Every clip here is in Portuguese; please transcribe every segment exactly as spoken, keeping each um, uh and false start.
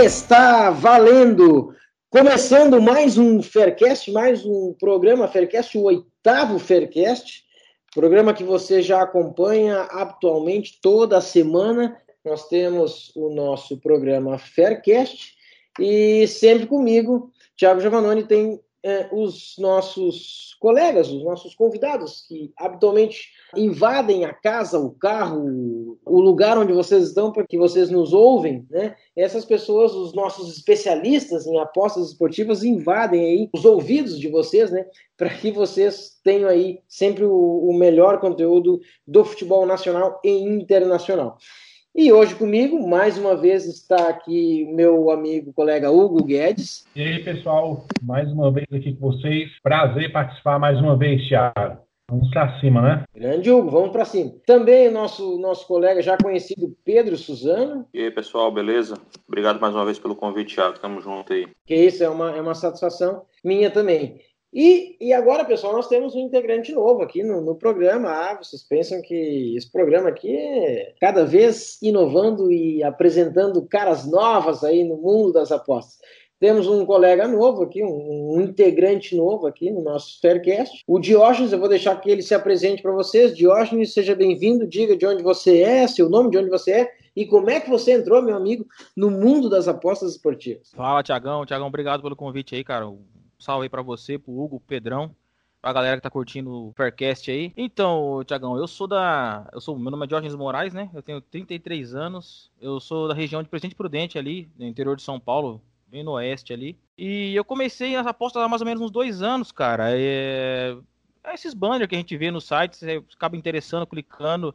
Está valendo! Começando mais um Faircast, mais um programa Faircast, o oitavo Faircast, programa que você já acompanha habitualmente toda semana. Nós temos o nosso programa Faircast e sempre comigo, Thiago Giovannoni, tem eh, os nossos colegas, os nossos convidados que habitualmente invadem a casa, o carro, o lugar onde vocês estão, para que vocês nos ouvem, né? Essas pessoas, os nossos especialistas em apostas esportivas, invadem aí os ouvidos de vocês, né? Para que vocês tenham aí sempre o, o melhor conteúdo do futebol nacional e internacional. E hoje comigo, mais uma vez, está aqui meu amigo, colega Hugo Guedes. E aí, pessoal, mais uma vez aqui com vocês. Prazer participar mais uma vez, Thiago. Vamos pra cima, né? Grande Hugo, vamos para cima. Também o nosso, nosso colega já conhecido, Pedro Suzano. E aí, pessoal, beleza? Obrigado mais uma vez pelo convite, Thiago. Tamo junto aí. Que isso, é uma, é uma satisfação minha também. E, e agora, pessoal, nós temos um integrante novo aqui no, no programa. Ah, vocês pensam que esse programa aqui é cada vez inovando e apresentando caras novas aí no mundo das apostas. Temos um colega novo aqui, um, um integrante novo aqui no nosso Faircast. O Diógenes, eu vou deixar que ele se apresente para vocês. Diógenes, seja bem-vindo, diga de onde você é, seu nome, de onde você é e como é que você entrou, meu amigo, no mundo das apostas esportivas. Fala, Thiagão. Thiagão, obrigado pelo convite aí, cara. Salve aí pra você, pro Hugo, pro Pedrão, pra galera que tá curtindo o Faircast aí. Então, Thiagão, eu sou da... Eu sou... Meu nome é Diógenes Moraes, né? Eu tenho trinta e três anos. Eu sou da região de Presidente Prudente ali, no interior de São Paulo, bem no oeste ali. E eu comecei nas apostas há mais ou menos uns dois anos, cara. É... é esses banners que a gente vê no site, você acaba interessando, clicando.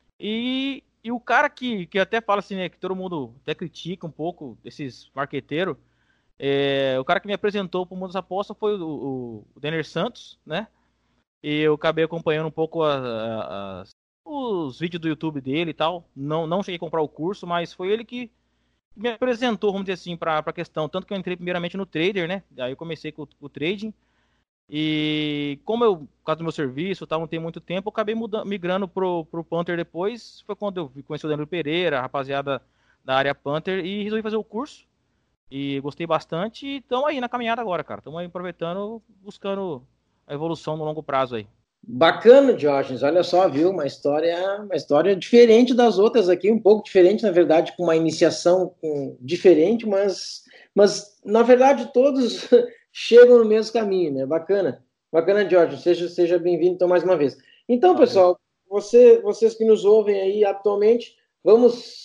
E, e o cara que, que até fala assim, né, que todo mundo até critica um pouco, esses marqueteiros, É, o cara que me apresentou para o mundo das apostas foi o, o, o Denner Santos, né? E eu acabei acompanhando um pouco a, a, a, os vídeos do YouTube dele e tal. Não, não cheguei a comprar o curso, mas foi ele que me apresentou, vamos dizer assim, para a questão. Tanto que eu entrei primeiramente no trader, né? Aí eu comecei com, com o trading. E como eu, por causa do meu serviço, tal, não tem muito tempo, eu acabei mudando, migrando pro, pro Panther depois. Foi quando eu conheci o Daniel Pereira, a rapaziada da área Panther, e resolvi fazer o curso. E gostei bastante e estamos aí na caminhada agora, cara. Estamos aí aproveitando, buscando a evolução no longo prazo aí. Bacana, Diógenes. Olha só, viu? Uma história, uma história diferente das outras aqui, um pouco diferente, na verdade, com uma iniciação com, diferente, mas, mas, na verdade, todos chegam no mesmo caminho, né? Bacana. Bacana, Diógenes. Seja, seja bem-vindo, então, mais uma vez. Então, pessoal, você, vocês que nos ouvem aí atualmente, vamos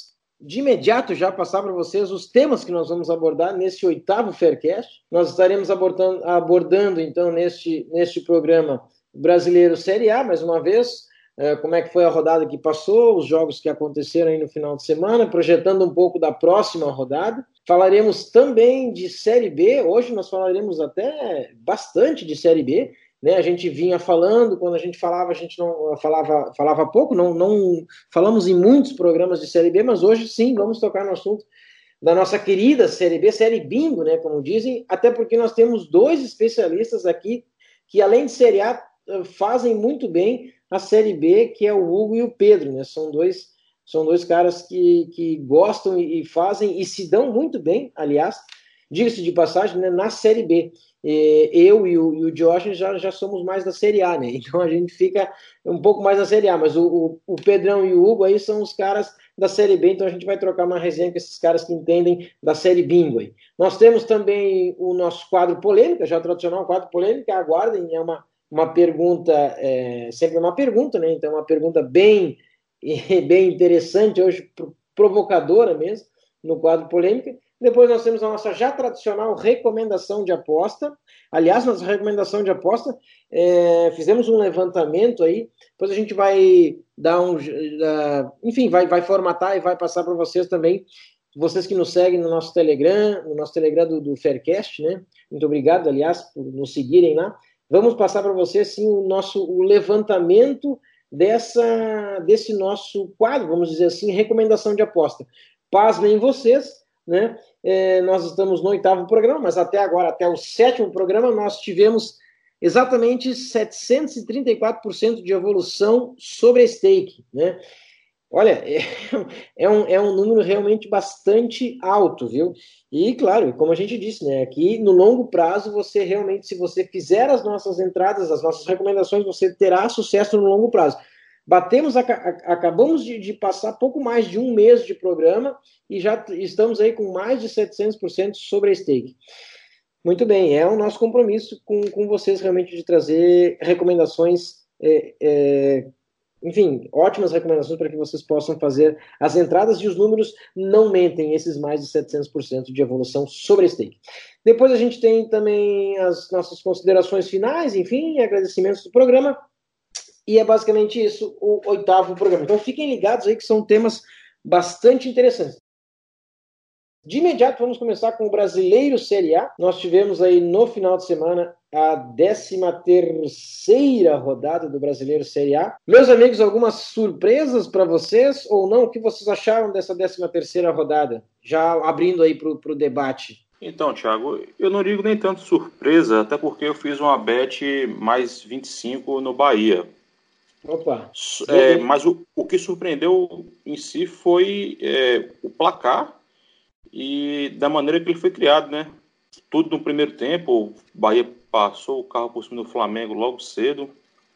de imediato já passar para vocês os temas que nós vamos abordar nesse oitavo Faircast. Nós estaremos abordando, abordando então, neste, neste programa Brasileiro Série A, mais uma vez, é, como é que foi a rodada que passou, os jogos que aconteceram aí no final de semana, projetando um pouco da próxima rodada. Falaremos também de Série B, hoje nós falaremos até bastante de Série B, né? A gente vinha falando, quando a gente falava, a gente não falava, falava pouco, não, não falamos em muitos programas de Série B, mas hoje sim, vamos tocar no assunto da nossa querida Série B, Série Bingo, né, como dizem, até porque nós temos dois especialistas aqui que, além de Série A, fazem muito bem a Série B, que é o Hugo e o Pedro, né? São dois, são dois caras que, que gostam e fazem, e se dão muito bem, aliás, diga-se de passagem, né, na Série B. Eu e o, e o Diógenes já, já somos mais da Série A, né? Então a gente fica um pouco mais na Série A, mas o, o, o Pedrão e o Hugo aí são os caras da Série B, então a gente vai trocar uma resenha com esses caras que entendem da Série Bingo aí. Nós temos também o nosso quadro polêmica, já tradicional quadro polêmica, aguardem, é uma, uma pergunta, é, sempre uma pergunta, né? Então uma pergunta bem, bem interessante hoje, provocadora mesmo, no quadro polêmica. Depois nós temos a nossa já tradicional recomendação de aposta. Aliás, nossa recomendação de aposta, é, fizemos um levantamento aí, depois a gente vai dar um... Uh, enfim, vai, vai formatar e vai passar para vocês também, vocês que nos seguem no nosso Telegram, no nosso Telegram do, do Faircast, né? Muito obrigado, aliás, por nos seguirem lá. Vamos passar para vocês, sim, o nosso o levantamento dessa, desse nosso quadro, vamos dizer assim, recomendação de aposta. Pasmem vocês, né? É, nós estamos no oitavo programa, mas até agora, até o sétimo programa, nós tivemos exatamente setecentos e trinta e quatro por cento de evolução sobre a stake, né? Olha, é, é, um, é um número realmente bastante alto, viu? E, claro, como a gente disse, né? Aqui no longo prazo, você realmente, se você fizer as nossas entradas, as nossas recomendações, você terá sucesso no longo prazo. Batemos, a, a, acabamos de, de passar pouco mais de um mês de programa e já estamos aí com mais de setecentos por cento sobre a stake. Muito bem, é o nosso compromisso com, com vocês realmente de trazer recomendações, é, é, enfim, ótimas recomendações para que vocês possam fazer as entradas, e os números não mentem, esses mais de setecentos por cento de evolução sobre a stake. Depois a gente tem também as nossas considerações finais, enfim, agradecimentos do programa, e é basicamente isso, o oitavo programa. Então fiquem ligados aí que são temas bastante interessantes. De imediato, vamos começar com o Brasileiro Série A. Nós tivemos aí no final de semana a décima terceira rodada do Brasileiro Série A. Meus amigos, algumas surpresas para vocês ou não? O que vocês acharam dessa décima terceira rodada? Já abrindo aí para o debate. Então, Thiago, eu não digo nem tanto surpresa, até porque eu fiz uma bet mais vinte e cinco no Bahia. Opa! É, mas o, o que surpreendeu em si foi é, o placar e da maneira que ele foi criado, né? Tudo no primeiro tempo, o Bahia passou o carro por cima do Flamengo logo cedo,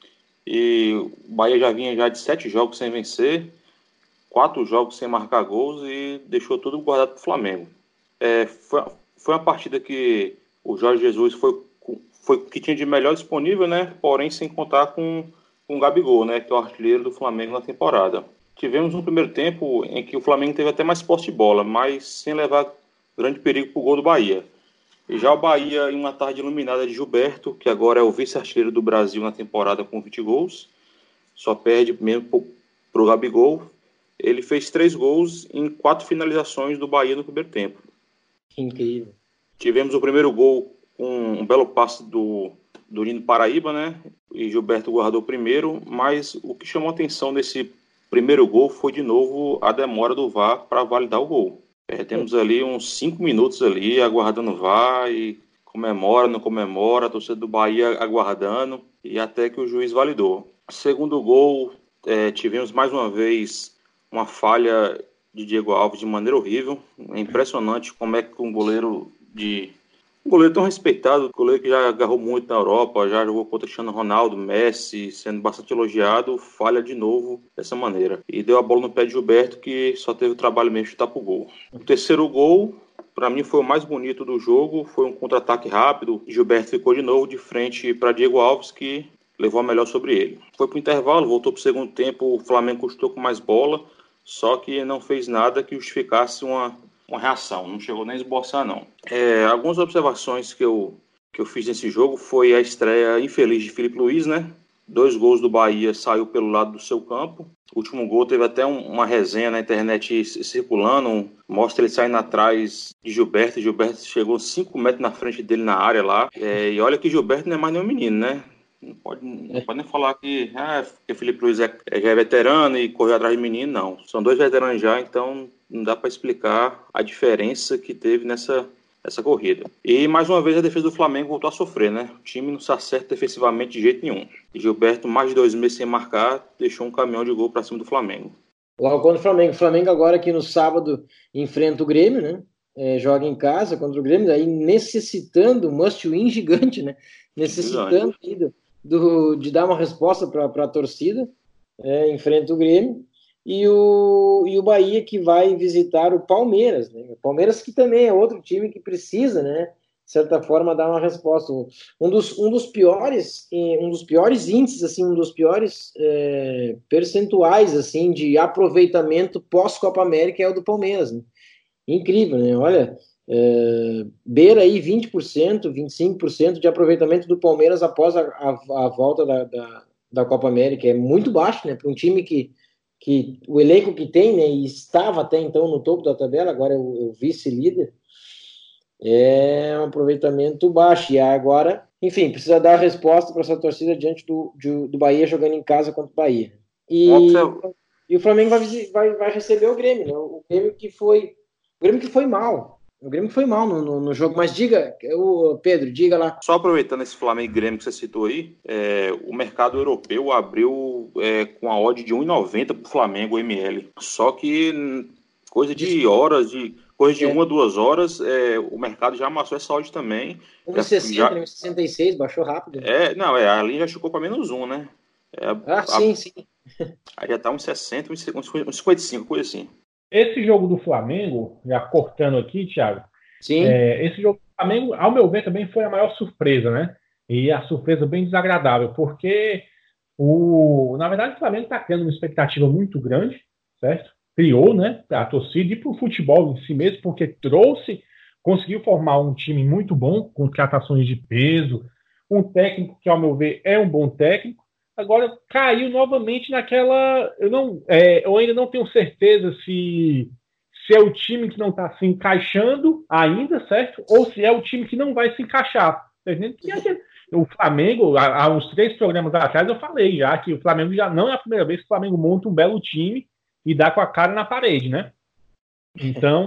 e o Bahia já vinha já de sete jogos sem vencer, quatro jogos sem marcar gols e deixou tudo guardado para o Flamengo. É, foi, foi uma partida que o Jorge Jesus foi foi o que tinha de melhor disponível, né? Porém sem contar com, com o Gabigol, né? Que é o artilheiro do Flamengo na temporada. Tivemos um primeiro tempo em que o Flamengo teve até mais posse de bola, mas sem levar grande perigo para o gol do Bahia. E já o Bahia, em uma tarde iluminada de Gilberto, que agora é o vice-artilheiro do Brasil na temporada com vinte gols, só perde mesmo para o Gabigol. Ele fez três gols em quatro finalizações do Bahia no primeiro tempo. Incrível. Tivemos o primeiro gol com um belo passe do, do Nino Paraíba, né? E Gilberto guardou o primeiro, mas o que chamou a atenção nesse primeiro gol foi de novo a demora do V A R para validar o gol. É, temos ali uns cinco minutos ali aguardando o V A R e comemora, não comemora, a torcida do Bahia aguardando e até que o juiz validou. Segundo gol, é, tivemos mais uma vez uma falha de Diego Alves de maneira horrível. É impressionante como é que um goleiro de... Um goleiro tão respeitado, um goleiro que já agarrou muito na Europa, já jogou contra Cristiano Ronaldo, Messi, sendo bastante elogiado, falha de novo dessa maneira. E deu a bola no pé de Gilberto, que só teve o trabalho mesmo de chutar pro gol. O terceiro gol, para mim, foi o mais bonito do jogo, foi um contra-ataque rápido. Gilberto ficou de novo de frente para Diego Alves, que levou a melhor sobre ele. Foi pro intervalo, voltou pro segundo tempo, o Flamengo custou com mais bola, só que não fez nada que justificasse uma... uma reação, não chegou nem a esboçar, não. É, algumas observações que eu, que eu fiz nesse jogo foi a estreia infeliz de Filipe Luiz, né? Dois gols do Bahia saiu pelo lado do seu campo. O último gol teve até um, uma resenha na internet circulando, mostra ele saindo atrás de Gilberto. Gilberto chegou cinco metros na frente dele na área lá. É, e olha que Gilberto não é mais nenhum menino, né? Não pode, não pode nem falar que, ah, que Filipe Luiz é, é, já é veterano e correu atrás de menino, não. São dois veteranos já, então não dá para explicar a diferença que teve nessa, nessa corrida. E mais uma vez a defesa do Flamengo voltou a sofrer, né? O time não se acerta defensivamente de jeito nenhum. E Gilberto, mais de dois meses sem marcar, deixou um caminhão de gol para cima do Flamengo. Logo contra o Flamengo. O Flamengo agora aqui no sábado enfrenta o Grêmio, né? É, joga em casa contra o Grêmio, aí necessitando, must win gigante, né? Necessitando aí do, do, de dar uma resposta para a torcida, é, enfrenta o Grêmio. E o, e o Bahia que vai visitar o Palmeiras, né? O Palmeiras que também é outro time que precisa, né, de certa forma, dar uma resposta. Um dos, um dos piores, um dos piores índices, assim, um dos piores é, percentuais, assim, de aproveitamento pós-Copa América é o do Palmeiras, né? Incrível, né? Olha, é, beira aí vinte por cento, vinte e cinco por cento de aproveitamento do Palmeiras após a, a, a volta da, da, da Copa América. É muito baixo, né? Para um time que que o elenco que tem, né, e estava até então no topo da tabela, agora é o, é o vice-líder, é um aproveitamento baixo. E agora, enfim, precisa dar a resposta para essa torcida diante do, do, do Bahia jogando em casa contra o Bahia. E, e o Flamengo vai, vai, vai receber o Grêmio, né? O Grêmio que foi, o Grêmio que foi mal. O Grêmio foi mal no, no, no jogo, mas diga, o Pedro, diga lá. Só aproveitando esse Flamengo e Grêmio que você citou aí, é, o mercado europeu abriu é, com a odd de um e noventa para o Flamengo, o M L. Só que coisa de horas, de, coisa de é. uma, duas horas, é, o mercado já amassou essa odd também. um e sessenta, um e sessenta e seis, baixou rápido. É, não, é, a linha já chegou para menos um, né? É, ah, a, sim, sim. Aí já tá uns sessenta, uns cinquenta e cinco, coisa assim. Esse jogo do Flamengo, já cortando aqui, Thiago, sim. É, esse jogo do Flamengo, ao meu ver, também foi a maior surpresa, né? E a surpresa bem desagradável, porque, o, na verdade, o Flamengo está criando uma expectativa muito grande, certo? Criou, né, a torcida e para o futebol em si mesmo, porque trouxe, conseguiu formar um time muito bom, com contratações de peso, um técnico que, ao meu ver, é um bom técnico. Agora caiu novamente naquela. Eu, não, é, eu ainda não tenho certeza se, se é o time que não está se encaixando ainda, certo? Ou se é o time que não vai se encaixar. Tá entendendo? O Flamengo, há, há uns três programas atrás, eu falei já que o Flamengo já não é a primeira vez que o Flamengo monta um belo time e dá com a cara na parede, né? Então,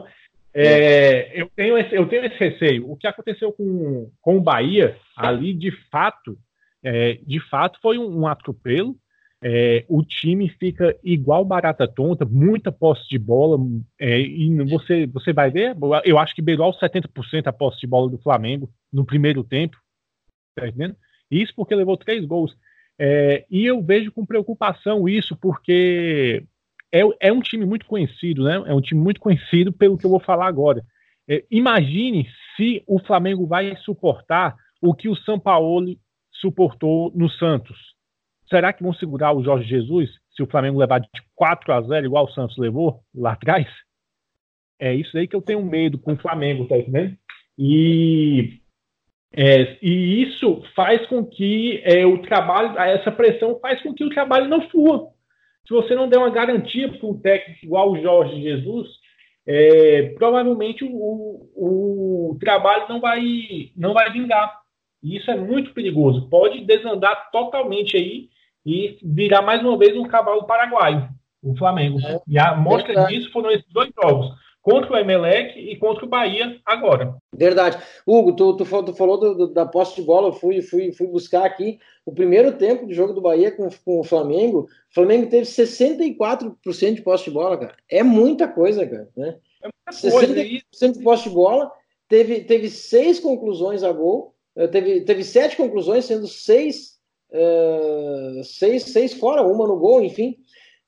é, eu, tenho esse, eu tenho esse receio. O que aconteceu com, com o Bahia, ali, de fato. É, de fato, foi um, um atropelo. É, o time fica igual barata tonta, muita posse de bola. É, e você, você vai ver, eu acho que beirou aos setenta por cento a posse de bola do Flamengo no primeiro tempo. Tá entendendo? Isso porque levou três gols. É, e eu vejo com preocupação isso, porque é, é um time muito conhecido, né? É um time muito conhecido pelo que eu vou falar agora. É, imagine se o Flamengo vai suportar o que o Sampaoli suportou no Santos. Será que vão segurar o Jorge Jesus se o Flamengo levar de quatro a zero igual o Santos levou lá atrás? É isso aí que eu tenho medo com o Flamengo, tá entendendo? E, é, e isso faz com que é, o trabalho, essa pressão faz com que o trabalho não flua. Se você não der uma garantia para um técnico igual o Jorge Jesus, é, provavelmente o, o, o trabalho não vai, não vai vingar. E isso é muito perigoso. Pode desandar totalmente aí e virar mais uma vez um cavalo paraguaio, o Flamengo. É, e a mostra verdade. disso foram esses dois jogos, contra o Emelec e contra o Bahia agora. Verdade. Hugo, tu, tu, tu falou do, do, da posse de bola, eu fui, fui, fui buscar aqui o primeiro tempo de jogo do Bahia com, com o Flamengo. O Flamengo teve sessenta e quatro por cento de posse de bola, cara. É muita coisa, cara. Né? É muita sessenta por cento coisa, de posse de bola, teve, teve seis conclusões a gol. Teve, teve sete conclusões, sendo seis, uh, seis, seis fora, uma no gol, enfim.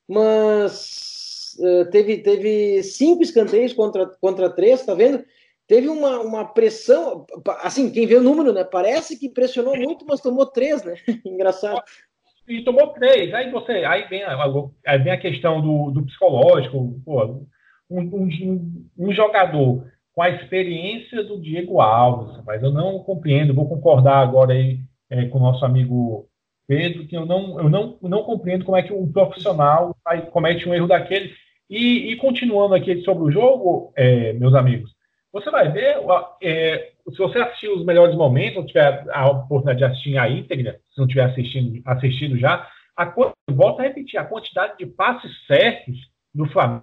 Mas uh, teve, teve cinco escanteios contra, contra três, tá vendo? Teve uma, uma pressão, assim, quem vê o número, né? Parece que pressionou muito, mas tomou três, né? Engraçado. E tomou três, aí você, aí vem a, aí vem a questão do, do psicológico, pô, um, um, um jogador com a experiência do Diego Alves, mas eu não compreendo, vou concordar agora aí é, com o nosso amigo Pedro, que eu não, eu não, não compreendo como é que um profissional vai, comete um erro daquele. E, e continuando aqui sobre o jogo, é, meus amigos, você vai ver, é, se você assistir os melhores momentos, ou tiver a oportunidade de assistir a íntegra, se não tiver assistindo, assistido já, a, volto a repetir, a quantidade de passes certos do Flamengo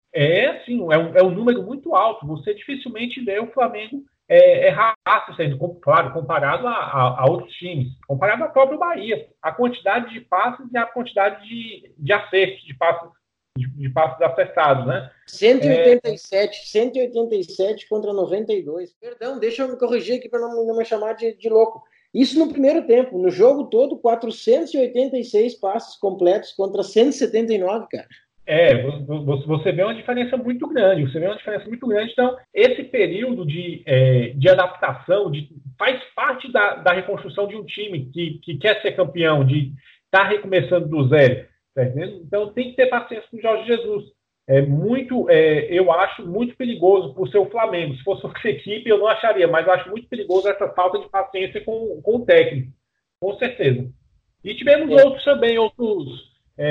é assim, é um, é um número muito alto. Você dificilmente vê o Flamengo é, errar, sendo, claro, comparado a, a, a outros times, comparado ao próprio Bahia. A quantidade de passes e a quantidade de, de acertos, de passes, de, de passes acertados, né? cento e oitenta e sete, é... cento e oitenta e sete contra noventa e dois. Perdão, deixa eu me corrigir aqui para não, não me chamar de, de louco. Isso no primeiro tempo. No jogo todo, quatrocentos e oitenta e seis passes completos contra cento e setenta e nove, cara. É, você vê uma diferença muito grande, você vê uma diferença muito grande. Então, esse período de, é, de adaptação de, faz parte da, da reconstrução de um time que, que quer ser campeão, de estar tá recomeçando do zero. Tá entendendo? Então, tem que ter paciência com o Jorge Jesus. É muito, é, eu acho muito perigoso por ser o Flamengo. Se fosse outra equipe, eu não acharia, mas eu acho muito perigoso essa falta de paciência com, com o técnico, com certeza. E tivemos é. outros também, outros...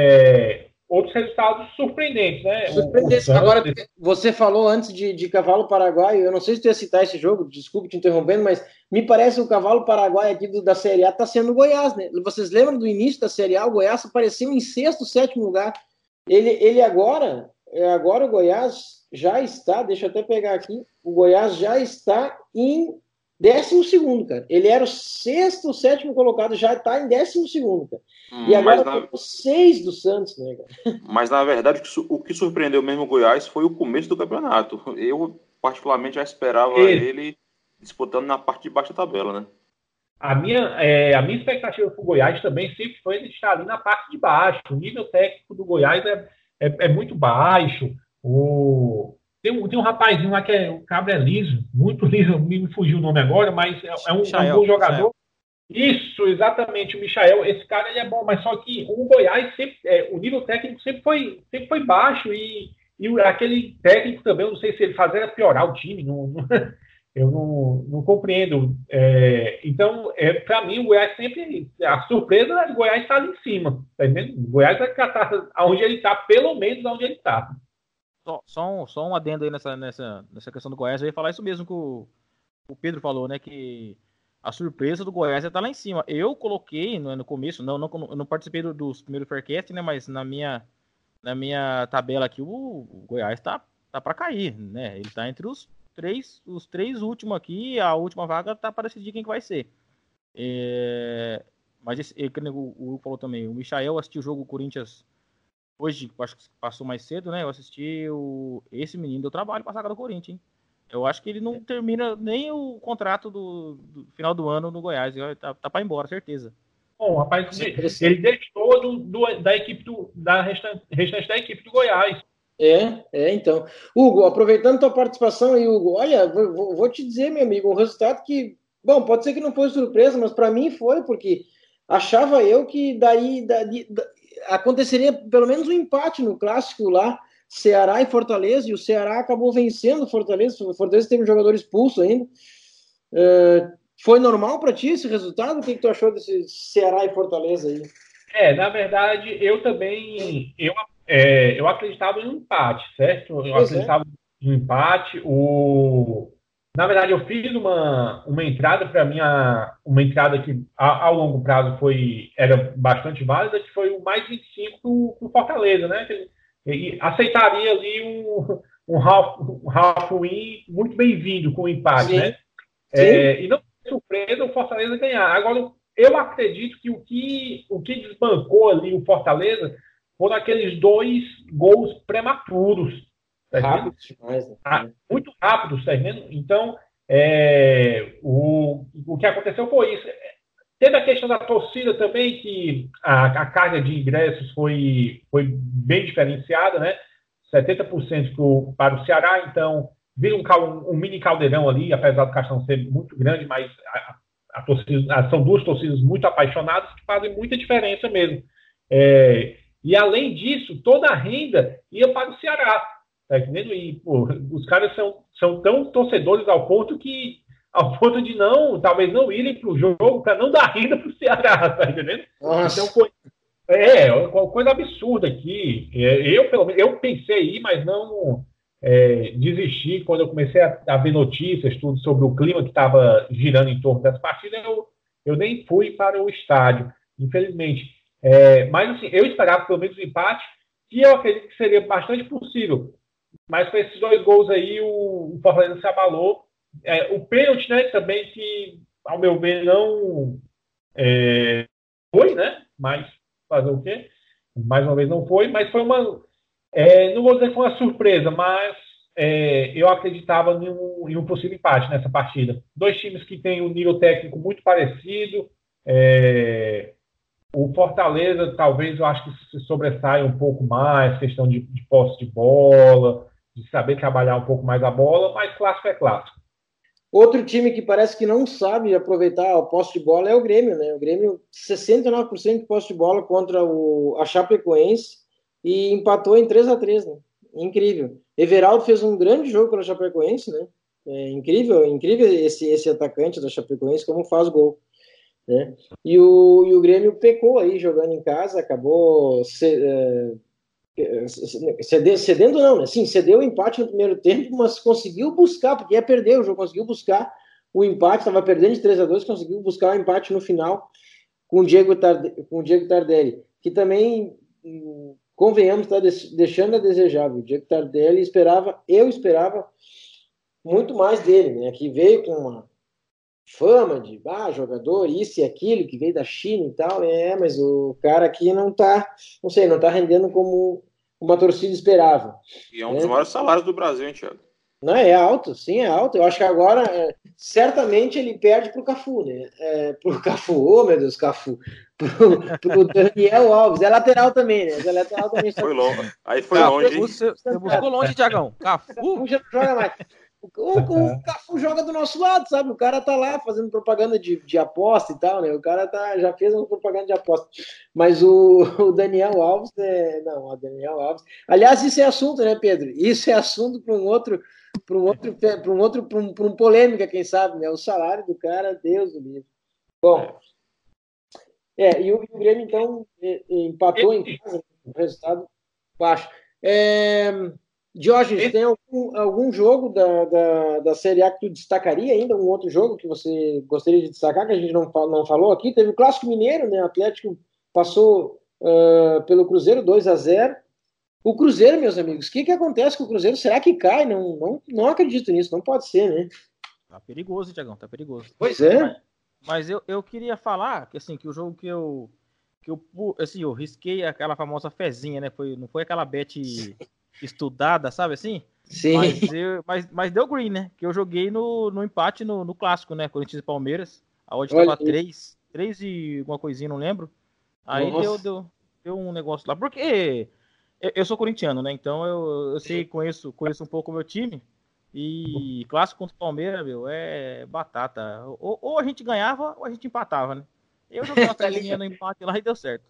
É, outros resultados surpreendentes, né? Surpreendentes. O, o Agora, você falou antes de, de cavalo paraguaio, eu não sei se tu ia citar esse jogo, desculpe te interrompendo, mas me parece que o cavalo paraguaio aqui do, da Série A está sendo o Goiás, né? Vocês lembram do início da Série A? O Goiás apareceu em sexto, sétimo lugar. Ele, ele agora, agora o Goiás, já está, deixa eu até pegar aqui, o Goiás já está em décimo segundo, cara. Ele era o sexto, o sétimo colocado, já está em décimo segundo, cara. Hum, e agora na... seis do Santos, né, cara? Mas, na verdade, o que surpreendeu mesmo o Goiás foi o começo do campeonato. Eu, particularmente, já esperava e... ele disputando na parte de baixo da tabela, né? A minha, é, a minha expectativa para o Goiás também sempre foi ele estar ali na parte de baixo. O nível técnico do Goiás é, é, é muito baixo. O... Tem, um, tem um rapazinho lá que é o cabra é liso, muito liso, me fugiu o nome agora, mas é, é, um, Michael, é um bom jogador. Michael. Isso, exatamente, o Michael. Esse cara ele é bom, mas só que o Goiás, sempre, é, o nível técnico sempre foi, sempre foi baixo e, e aquele técnico também, eu não sei se ele fazia piorar o time, não, não, eu não, não compreendo. É, então, é, para mim, o Goiás sempre, a surpresa é o Goiás estar ali em cima, tá entendendo? O Goiás vai catar onde ele está, pelo menos onde ele está. Só, só, um, só um adendo aí nessa, nessa, nessa questão do Goiás. Eu ia falar isso mesmo que o, o Pedro falou, né? Que a surpresa do Goiás é estar lá em cima. Eu coloquei no, no começo, não, não, eu não participei do, dos primeiros Faircast, né? Mas na minha, na minha tabela aqui, o, o Goiás tá, tá para cair, né? Ele tá entre os três, os três últimos aqui. A última vaga tá para decidir quem que vai ser. É, mas esse, o, o Hugo falou também. O Michael assistiu o jogo Corinthians. Hoje, acho que passou mais cedo, né? Eu assisti o... esse menino deu trabalho pra saga do Corinthians, hein? Eu acho que ele não termina nem o contrato do, do final do ano no Goiás. Tá, tá pra ir embora, certeza. Bom, rapaz, ele deixou do, do, da equipe do, da restante, restante da equipe do Goiás. É, é, então. Hugo, aproveitando tua participação aí, Hugo, olha, vou, vou te dizer, meu amigo, um resultado que, bom, pode ser que não foi surpresa, mas para mim foi, porque achava eu que daí, daí, daí aconteceria pelo menos um empate no clássico lá, Ceará e Fortaleza, e o Ceará acabou vencendo o Fortaleza. O Fortaleza teve um jogador expulso ainda. Uh, foi normal para ti esse resultado? O que, que tu achou desse Ceará e Fortaleza aí? É, na verdade, eu também eu, é, eu acreditava em um empate, certo? Eu pois acreditava é. em um empate. O... Na verdade, eu fiz uma, uma entrada para mim, uma entrada que a, a longo prazo foi, era bastante válida, que foi o mais vinte e cinco para o Fortaleza, né? Que, e aceitaria ali um, um half, um half win muito bem-vindo com o empate, Sim. né? Sim. É, e não foi surpresa o Fortaleza ganhar. Agora, eu acredito que o que, o que desbancou ali o Fortaleza foram aqueles dois gols prematuros. Tá rápido demais, né? Ah, muito rápido, tá entendendo? Então, é, o, o que aconteceu foi isso. Teve a questão da torcida também, que a, a carga de ingressos foi, foi bem diferenciada, né? setenta por cento pro, para o Ceará, então vira um, um, um mini caldeirão ali, apesar do Caixão ser muito grande, mas a, a torcida, a, são duas torcidas muito apaixonadas que fazem muita diferença mesmo. É, e além disso, toda a renda ia para o Ceará. Tá entendendo? E, pô, os caras são, são tão torcedores ao ponto que, ao ponto de não, talvez não irem pro jogo para não dar renda pro Ceará, tá entendendo? Nossa. Então foi, é, uma coisa absurda aqui. Eu, pelo menos, eu pensei em ir, mas não é, desisti quando eu comecei a, a ver notícias, tudo sobre o clima que estava girando em torno das partidas, eu, eu nem fui para o estádio, infelizmente. É, mas, assim, eu esperava pelo menos um empate, que eu acredito que seria bastante possível. Mas com esses dois gols aí, o, o Fortaleza se abalou. É, o pênalti, né, também, que, ao meu ver, não é, foi, né? Mas fazer o quê? Mais uma vez não foi, mas foi uma... É, não vou dizer que foi uma surpresa, mas é, eu acreditava em um, em um possível empate nessa partida. Dois times que têm um nível técnico muito parecido. É, o Fortaleza, talvez, eu acho que se sobressai um pouco mais, questão de, de posse de bola, de saber trabalhar um pouco mais a bola, mas clássico é clássico. Outro time que parece que não sabe aproveitar o posse de bola é o Grêmio, né? O Grêmio, sessenta e nove por cento de posse de bola contra o, a Chapecoense e empatou em três a três, né? Incrível. Everaldo fez um grande jogo pela Chapecoense, né? É incrível, incrível esse, esse atacante da Chapecoense, como faz gol. Né? E, o, e o Grêmio pecou aí jogando em casa, acabou cedendo, cedendo não, né? Sim, cedeu o empate no primeiro tempo, mas conseguiu buscar, porque ia perder o jogo, conseguiu buscar o empate, estava perdendo de três a dois, conseguiu buscar o empate no final com o Diego, Tarde, com o Diego Tardelli, que também convenhamos, está deixando a desejar. O Diego Tardelli esperava, eu esperava muito mais dele, né? Que veio com uma fama de ah, jogador, isso e aquilo, que veio da China e tal, é, mas o cara aqui não tá, não sei, não tá rendendo como uma torcida esperava. E é um né? dos maiores salários do Brasil, hein, Thiago? Não, é alto, sim, é alto. Eu acho que agora, é, certamente ele perde pro Cafu, né? É, pro Cafu, oh meu Deus, Cafu. Pro, pro Daniel Alves, é lateral também, né? É lateral também. Foi longe. Aí foi Cafu, longe, hein? Você, você buscou longe, Thiagão. Cafu? Cafu já não joga mais. O, o, o Cafu joga do nosso lado, sabe? O cara tá lá fazendo propaganda de, de aposta e tal, né? O cara tá, já fez uma propaganda de aposta. Mas o, o Daniel Alves, é... não, o Daniel Alves. Aliás, isso é assunto, né, Pedro? Isso é assunto para um outro, para um outro, para um outro, para um, para um polêmica, quem sabe, né? O salário do cara, Deus do livro. Bom, é, e o, o Grêmio, então, empatou em casa, um resultado baixo. É... Diógenes, tem algum, algum jogo da, da, da Série A que tu destacaria ainda? Um outro jogo que você gostaria de destacar, que a gente não, não falou aqui? Teve o Clássico Mineiro, né? O Atlético passou uh, pelo Cruzeiro dois a zero. O Cruzeiro, meus amigos, o que, que acontece com o Cruzeiro? Será que cai? Não, não, não acredito nisso, não pode ser, né? Tá perigoso, Thiagão, tá perigoso. Pois é. Mas, mas eu, eu queria falar que, assim, que o jogo que eu, que eu, assim, eu risquei aquela famosa fezinha, né? Foi, não foi aquela bet estudada, sabe assim? Sim. Mas, eu, mas, mas deu green, né? Que eu joguei no, no empate no, no clássico, né? Corinthians e Palmeiras. A odd tava três, três e alguma coisinha, não lembro. Aí deu, deu, deu um negócio lá. Porque eu, eu sou corintiano, né? Então eu, eu sei, conheço, conheço um pouco o meu time. E clássico contra o Palmeiras, meu, é batata. Ou, ou a gente ganhava ou a gente empatava, né? Eu joguei uma fezinha no empate lá e deu certo.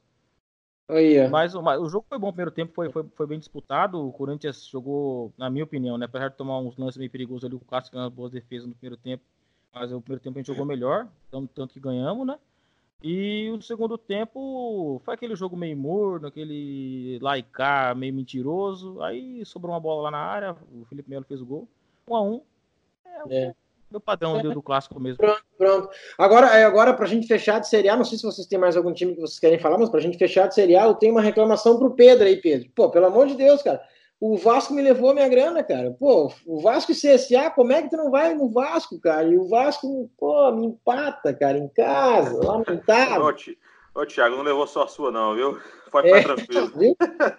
Mas, mas o jogo foi bom, o primeiro tempo foi, foi, foi bem disputado. O Corinthians jogou, na minha opinião, né? Apesar de tomar uns lances meio perigosos ali, o Cássio ganhou boas defesas no primeiro tempo. Mas o primeiro tempo a gente jogou melhor, tanto, tanto que ganhamos, né? E o segundo tempo foi aquele jogo meio morno, aquele lá e cá, meio mentiroso. Aí sobrou uma bola lá na área, o Felipe Melo fez o gol. Um a um. É, é. O meu padrão é. do clássico mesmo. Pronto, pronto. Agora, agora pra gente fechar de Série A, não sei se vocês têm mais algum time que vocês querem falar, mas pra gente fechar de Série A, eu tenho uma reclamação pro Pedro aí, Pedro. Pô, pelo amor de Deus, cara. O Vasco me levou a minha grana, cara. Pô, o Vasco e C S A, como é que tu não vai no Vasco, cara? E o Vasco, pô, me empata, cara, em casa, lamentável. Ô, Thiago, não levou só a sua, não, viu? Pode ficar é, tranquilo. Viu?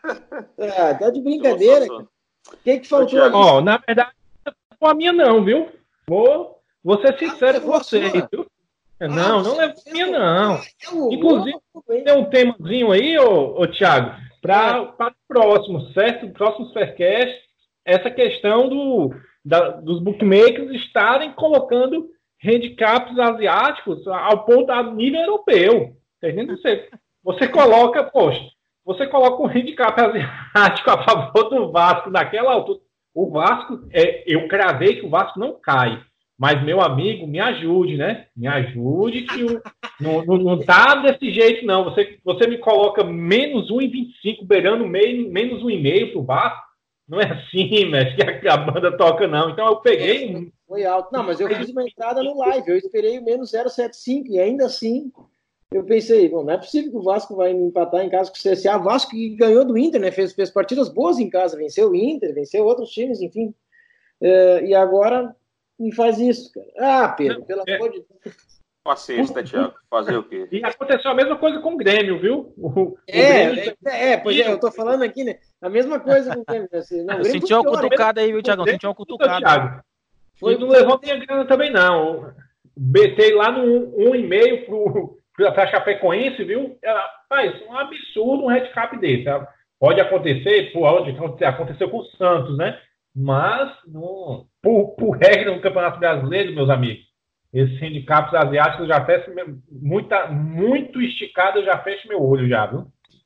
Ah, tá de brincadeira. O que que faltou ali? Ó, na verdade, não levou a minha, não, viu? Vou, vou ser sincero ah, com vocês, viu? Ah, não, não levou a minha, não. Eu, Inclusive, eu, tem um temazinho aí, ô, ô Thiago, para é. o próximo, certo? Próximo Faircast, essa questão do, da, dos bookmakers estarem colocando handicaps asiáticos ao ponto a nível europeu. Entendendo? Você, você coloca, poxa, você coloca um handicap asiático a favor do Vasco naquela altura. O Vasco, é, eu cravei que o Vasco não cai. Mas, meu amigo, me ajude, né? Me ajude que o, não, não, não tá desse jeito, não. Você, você me coloca menos um vírgula vinte e cinco, beirando meio, menos um vírgula cinco pro Vasco. Não é assim, mestre, que a, a banda toca, não. Então, eu peguei... Um... Foi alto. Não, mas eu fiz uma entrada no live. Eu esperei o menos zero vírgula setenta e cinco e ainda assim... Eu pensei, bom, não é possível que o Vasco vai empatar em casa com o C S A. O Vasco que ganhou do Inter, né? Fez, fez partidas boas em casa, venceu o Inter, venceu outros times, enfim. É, e agora me faz isso, cara. Ah, Pedro, não, pelo é... amor de Deus. Paciência, Thiago. Fazer o quê? E aconteceu a mesma coisa com o Grêmio, viu? O, é, o Grêmio... é, é, pois é, eu tô falando aqui, né? A mesma coisa com o Grêmio. Assim, não, eu senti uma cutucada aí, viu, Thiagão? Senti uma cutucada. Foi, não levou minha grana também, não. Betei lá no um e meio pro... para Chapecoense, viu? Rapaz, um absurdo um handicap desse. Pode acontecer, pode acontecer com o Santos, né? Mas, no, por, por regra no Campeonato Brasileiro, meus amigos, esses handicaps asiáticos já fecho muita, muito esticado, eu já fecho meu olho já, viu?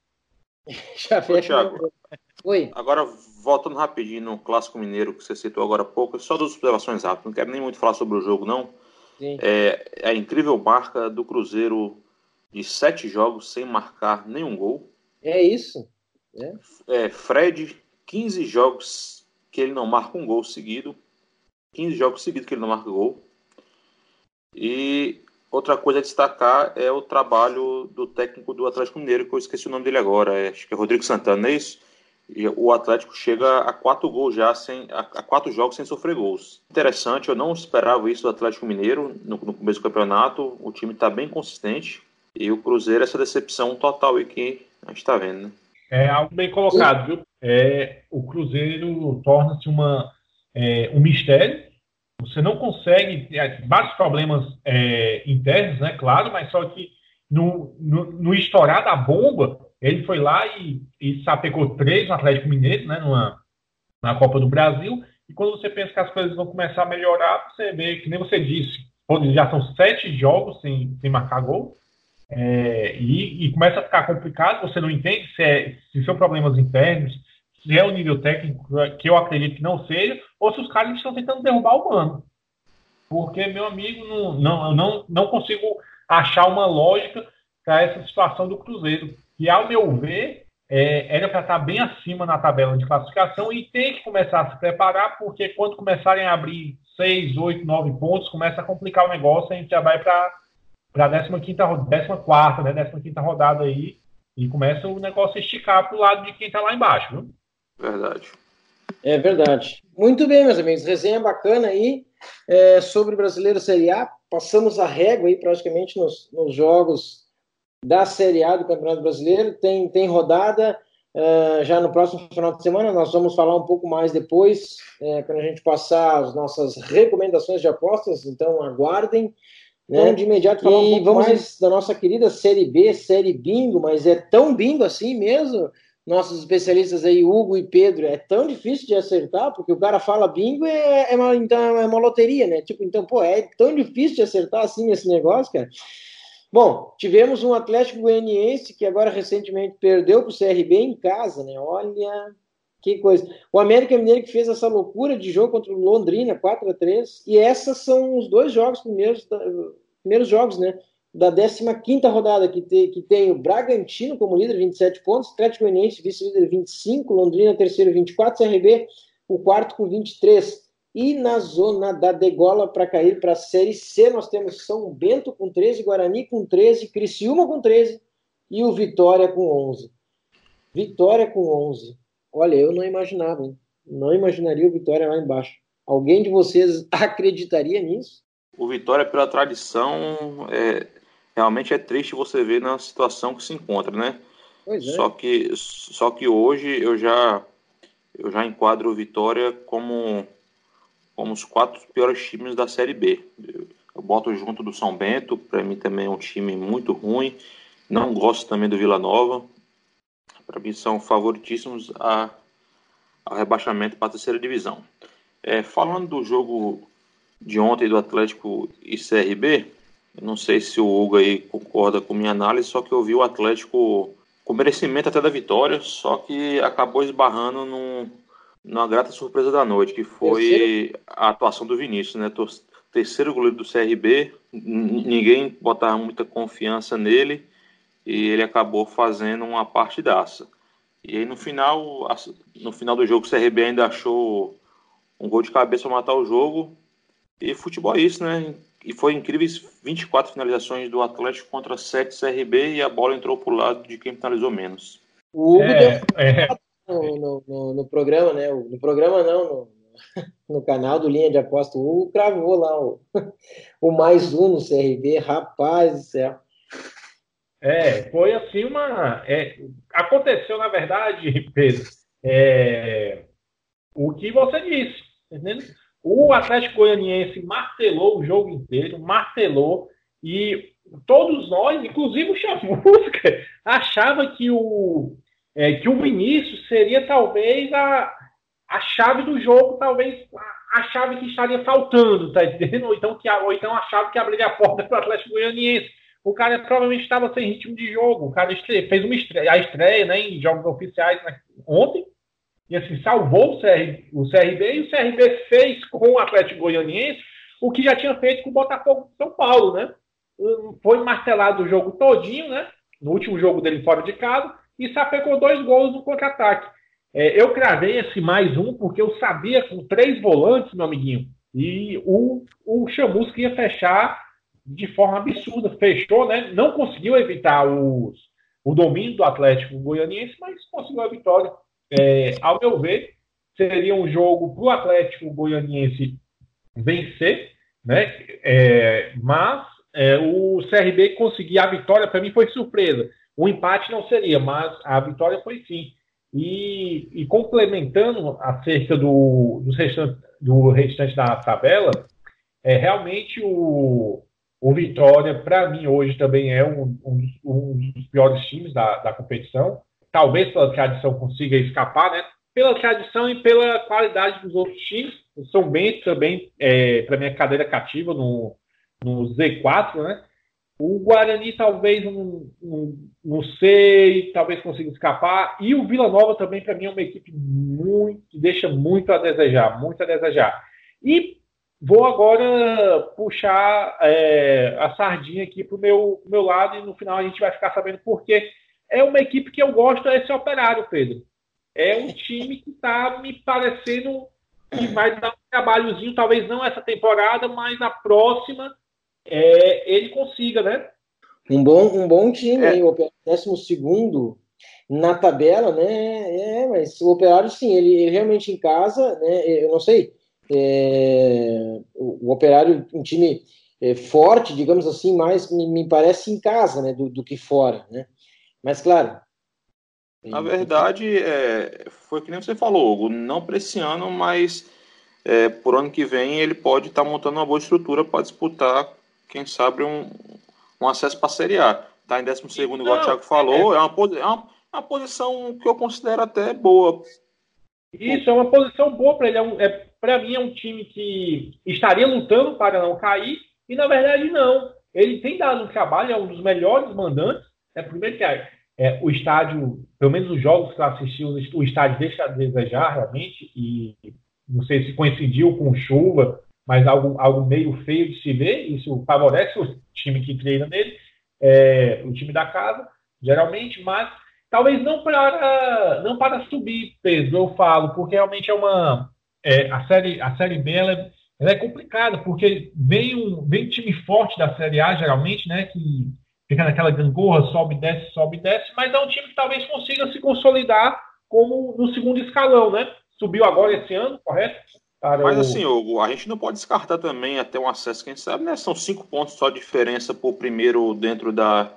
Já fecho meu olho. Oi. Agora, voltando rapidinho no Clássico Mineiro, que você citou agora há pouco, só duas observações rápidas, não quero nem muito falar sobre o jogo, não. Sim. É a incrível marca do Cruzeiro de sete jogos sem marcar nenhum gol. É isso. É. É, Fred, quinze jogos que ele não marca um gol seguido. quinze jogos seguidos que ele não marca gol. E outra coisa a destacar é o trabalho do técnico do Atlético Mineiro, que eu esqueci o nome dele agora, é, acho que é Rodrigo Santana, não é isso? E o Atlético chega a quatro gols já, sem, a, a quatro jogos sem sofrer gols. Interessante, eu não esperava isso do Atlético Mineiro no, no começo do campeonato. O time está bem consistente. E o Cruzeiro, essa decepção total aí que a gente está vendo, né? É algo bem colocado, viu? É, o Cruzeiro torna-se uma, é, um mistério. Você não consegue, é, vários problemas é, internos, né? Claro, mas só que no, no, no estourar da bomba, ele foi lá e, e sapecou três no Atlético Mineiro, né? Numa, na Copa do Brasil. E quando você pensa que as coisas vão começar a melhorar, você vê, que nem você disse, já são sete jogos sem, sem marcar gol. É, e, e começa a ficar complicado, você não entende se, é, se são problemas internos, se é o nível técnico, que eu acredito que não seja, ou se os caras estão tentando derrubar o Mano. Porque, meu amigo, não, não, eu não, não consigo achar uma lógica para essa situação do Cruzeiro, que, ao meu ver, é, era para estar bem acima na tabela de classificação e tem que começar a se preparar, porque quando começarem a abrir seis, oito, nove pontos, começa a complicar o negócio, a gente já vai para para a décima quinta, décima quarta, né, décima quinta rodada aí, e começa o negócio a esticar para o lado de quem está lá embaixo, viu? Verdade. É verdade. Muito bem, meus amigos, resenha bacana aí é, sobre o Brasileiro Série A. Passamos a régua aí praticamente nos, nos jogos da Série A do Campeonato Brasileiro. Tem, tem rodada uh, já no próximo final de semana. Nós vamos falar um pouco mais depois, é, quando a gente passar as nossas recomendações de apostas, então aguardem. Né? Vamos de imediato falar e um pouco vamos mais da nossa querida Série B, Série Bingo, mas é tão bingo assim mesmo? Nossos especialistas aí, Hugo e Pedro, é tão difícil de acertar, porque o cara fala bingo é, é, uma, então, é uma loteria, né? Tipo, então, pô, é tão difícil de acertar assim esse negócio, cara. Bom, tivemos um Atlético Goianiense que agora recentemente perdeu para o C R B em casa, né? Olha... Que coisa. O América Mineiro que fez essa loucura de jogo contra o Londrina, quatro a três, e esses são os dois jogos, primeiros, primeiros jogos, né, da décima quinta rodada, que tem, que tem o Bragantino como líder, vinte e sete pontos, Atlético Goianiense, vice-líder, vinte e cinco, Londrina, terceiro, vinte e quatro, C R B, o quarto com vinte e três. E na zona da degola para cair para a Série C, nós temos São Bento com treze, Guarani com treze, Criciúma com treze e o Vitória com onze. Vitória com onze. Olha, eu não imaginava, hein? Não imaginaria o Vitória lá embaixo. Alguém de vocês acreditaria nisso? O Vitória, pela tradição, é, realmente é triste você ver na situação que se encontra, né? Pois é. Só que, só que hoje eu já, eu já enquadro o Vitória como, como os quatro piores times da Série B. Eu, eu boto junto do São Bento, para mim também é um time muito ruim. Não gosto também do Vila Nova. Para mim são favoritíssimos a, a rebaixamento para a terceira divisão. É, falando do jogo de ontem do Atlético e C R B, eu não sei se o Hugo aí concorda com minha análise, só que eu vi o Atlético com merecimento até da vitória, só que acabou esbarrando num, numa grata surpresa da noite, que foi terceiro? A atuação do Vinícius, né? Terceiro goleiro do C R B, ninguém botava muita confiança nele, e ele acabou fazendo uma partidaça. E aí no final, no final do jogo o C R B ainda achou um gol de cabeça para matar o jogo. E futebol é isso, né? E foi incríveis vinte e quatro finalizações do Atlético contra sete C R B e a bola entrou pro lado de quem finalizou menos. O Hugo é, deu é. No, no, no, no programa, né? No programa não, no, no canal do Linha de Aposta. O Hugo cravou lá o, o mais um no C R B, rapaz do céu. É, foi assim uma... É, aconteceu, na verdade, Pedro, é, o que você disse, entendeu? O Atlético Goianiense martelou o jogo inteiro, martelou, e todos nós, inclusive o Chamusca, achava que o, é, que o Vinícius seria talvez a, a chave do jogo, talvez a, a chave que estaria faltando, tá entendendo? Ou então, que, ou então a chave que abriria a porta para o Atlético Goianiense. O cara provavelmente estava sem ritmo de jogo. O cara estreia, fez uma estreia, a estreia, né, em jogos oficiais, né, ontem. E assim, salvou o, C R, o C R B. E o C R B fez com o Atlético Goianiense o que já tinha feito com o Botafogo de São Paulo, né? Foi martelado o jogo todinho, né? No último jogo dele fora de casa. E sapecou dois gols no contra-ataque. É, eu cravei esse mais um porque eu sabia com três volantes, meu amiguinho. E o, o Chamusca ia fechar de forma absurda, fechou, né? Não conseguiu evitar os, o domínio do Atlético Goianiense, mas conseguiu a vitória. É, ao meu ver, seria um jogo para o Atlético Goianiense vencer, né? É, mas é, o C R B conseguir a vitória, para mim, foi surpresa. O empate não seria, mas a vitória foi sim. E, e complementando acerca do, do, restante, do restante da tabela, é, realmente o, o Vitória, para mim, hoje também é um, um, dos, um dos piores times da, da competição. Talvez pela tradição consiga escapar, né? Pela tradição e pela qualidade dos outros times. O São Bento também, é, para mim, é cadeira cativa no, no Z quatro, né? O Guarani talvez não, não, não sei, talvez consiga escapar. E o Vila Nova também, para mim, é uma equipe muito, que deixa muito a desejar, muito a desejar. E vou agora puxar é, a sardinha aqui para o meu, meu lado e no final a gente vai ficar sabendo por quê. É uma equipe que eu gosto, é esse Operário, Pedro. É um time que está me parecendo que vai dar um trabalhozinho, talvez não essa temporada, mas na próxima é, ele consiga, né? Um bom, um bom time, É. hein? O Operário décimo segundo na tabela, né? É, mas o Operário, sim, ele, ele realmente em casa, né? Eu não sei. É, o, o Operário, um time é, forte, digamos assim, mais me, me parece em casa, né? Do, do que fora, né? Mas, claro. Na verdade, é, foi que nem você falou, Hugo, não para esse ano, mas é, por ano que vem ele pode estar tá montando uma boa estrutura para disputar, quem sabe, um, um acesso para a Série A. Está em décimo segundo, igual o Thiago falou, é, é, uma, é uma, uma posição que eu considero até boa. Isso, é uma posição boa para ele. É um, é, para mim, é um time que estaria lutando para não cair, e na verdade não. Ele tem dado um trabalho, é um dos melhores mandantes. É, primeiro que é, é, o estádio, pelo menos os jogos que eu assisti, o estádio deixa a desejar realmente, e não sei se coincidiu com chuva, mas algo, algo meio feio de se ver. Isso favorece o time que treina nele, é, o time da casa, geralmente, mas talvez não para, não para subir, Pedro, eu falo, porque realmente é uma. É, a, série, a Série B ela é, ela é complicada, porque vem um, vem um time forte da Série A, geralmente, né? Que fica naquela gangorra, sobe, desce, sobe, desce, mas é um time que talvez consiga se consolidar como no segundo escalão, né? Subiu agora esse ano, correto? Para mas o... assim, Hugo, a gente não pode descartar também até um acesso, quem sabe, né? São cinco pontos só de diferença por primeiro dentro da.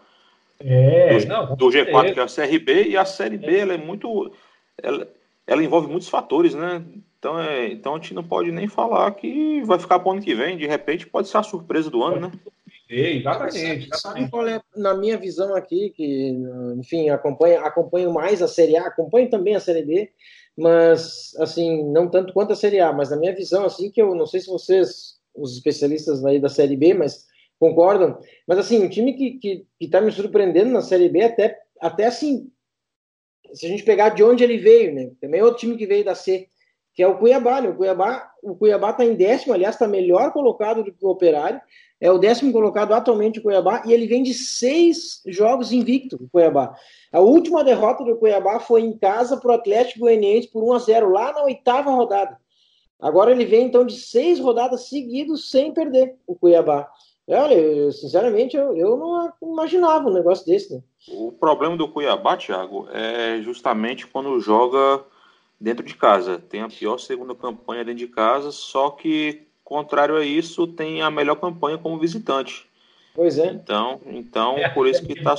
É, do, não, do G quatro, que é a Série B, e a Série B ela é muito. Ela, ela envolve muitos fatores, né? Então, é, então a gente não pode nem falar que vai ficar para o ano que vem. De repente pode ser a surpresa do ano, né? É, exatamente. Sabe, sabe qual é, na minha visão aqui, que, enfim, acompanho, acompanho mais a Série A, acompanho também a Série B, mas, assim, não tanto quanto a Série A, mas na minha visão, assim, que eu não sei se vocês, os especialistas aí da Série B, mas concordam, mas assim, um time que, que, que tá me surpreendendo na Série B, até, até assim, se a gente pegar de onde ele veio, né, também é outro time que veio da C, que é o Cuiabá, né, o Cuiabá, o Cuiabá tá em décimo, aliás, tá melhor colocado do que o Operário, é o décimo colocado atualmente o Cuiabá, e ele vem de seis jogos invicto, o Cuiabá. A última derrota do Cuiabá foi em casa pro Atlético Goianiense por um a zero, lá na oitava rodada. Agora ele vem, então, de seis rodadas seguidas sem perder o Cuiabá. Olha, eu, sinceramente, eu, eu não imaginava um negócio desse, né? O problema do Cuiabá, Thiago, é justamente quando joga dentro de casa. Tem a pior segunda campanha dentro de casa, só que, contrário a isso, tem a melhor campanha como visitante. Pois é. Então, então é por isso que está...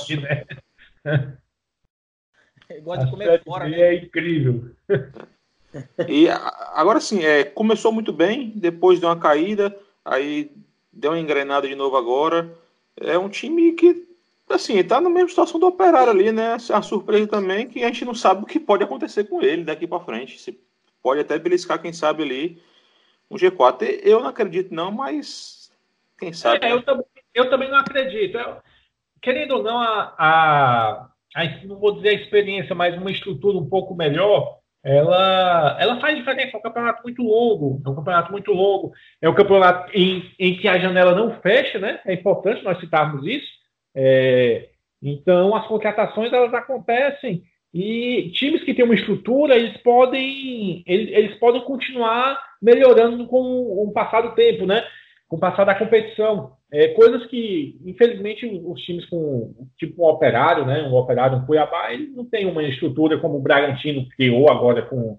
É igual de comer fora, né? É incrível. E agora sim, é, começou muito bem, depois deu uma caída, aí deu uma engrenada de novo agora. É um time que, assim, está na mesma situação do Operário ali, né? A surpresa também que a gente não sabe o que pode acontecer com ele daqui para frente. Se pode até beliscar, quem sabe, ali um G quatro. Eu não acredito não, mas quem sabe. É, né? eu, também, eu também não acredito. Eu, querendo ou não, a, a, a, não vou dizer a experiência, mas uma estrutura um pouco melhor, ela, ela faz diferença. É um campeonato muito longo, é um campeonato muito longo, é um campeonato em, em que a janela não fecha, né? É importante nós citarmos isso. É, então, as contratações, elas acontecem e times que têm uma estrutura, eles podem, eles, eles podem continuar melhorando com o passar do tempo, né? Com o passar da competição. É, coisas que, infelizmente, os times com, tipo um Operário, né, um Operário, um Cuiabá, eles não têm uma estrutura como o Bragantino criou agora com,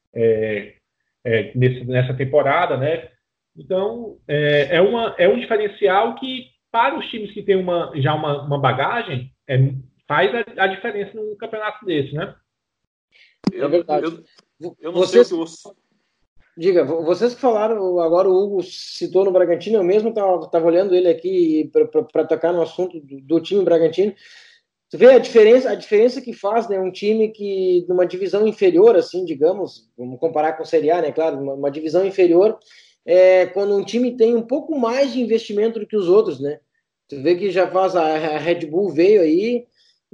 é, é, nesse, nessa temporada, né? Então, é, é, uma, é um diferencial que, para os times que têm uma, já uma, uma bagagem, é, faz a, a diferença num campeonato desse, né? É verdade. Eu, eu não Vocês... sei o que você... Diga, vocês que falaram, agora o Hugo citou no Bragantino, eu mesmo estava olhando ele aqui para tocar no assunto do, do time Bragantino. Você vê a diferença, a diferença que faz, né, um time que, numa divisão inferior, assim, digamos, vamos comparar com a Série A, né, claro, uma, uma divisão inferior, é quando um time tem um pouco mais de investimento do que os outros, né? Você vê que já faz, a, a Red Bull veio aí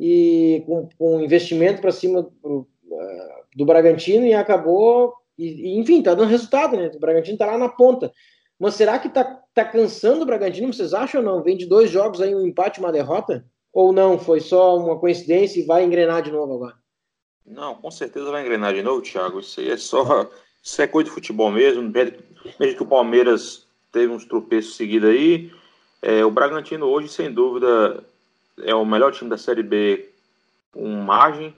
e com, com investimento para cima do, do Bragantino e acabou... E, enfim, tá dando resultado, né? O Bragantino tá lá na ponta. Mas será que tá, tá cansando o Bragantino? Vocês acham ou não? Vem de dois jogos aí, um empate e uma derrota? Ou não? Foi só uma coincidência e vai engrenar de novo agora? Não, com certeza vai engrenar de novo, Thiago. Isso aí é só... Isso é coisa de futebol mesmo. Mesmo que o Palmeiras teve uns tropeços seguidos aí, é, o Bragantino hoje, sem dúvida, é o melhor time da Série B com margem.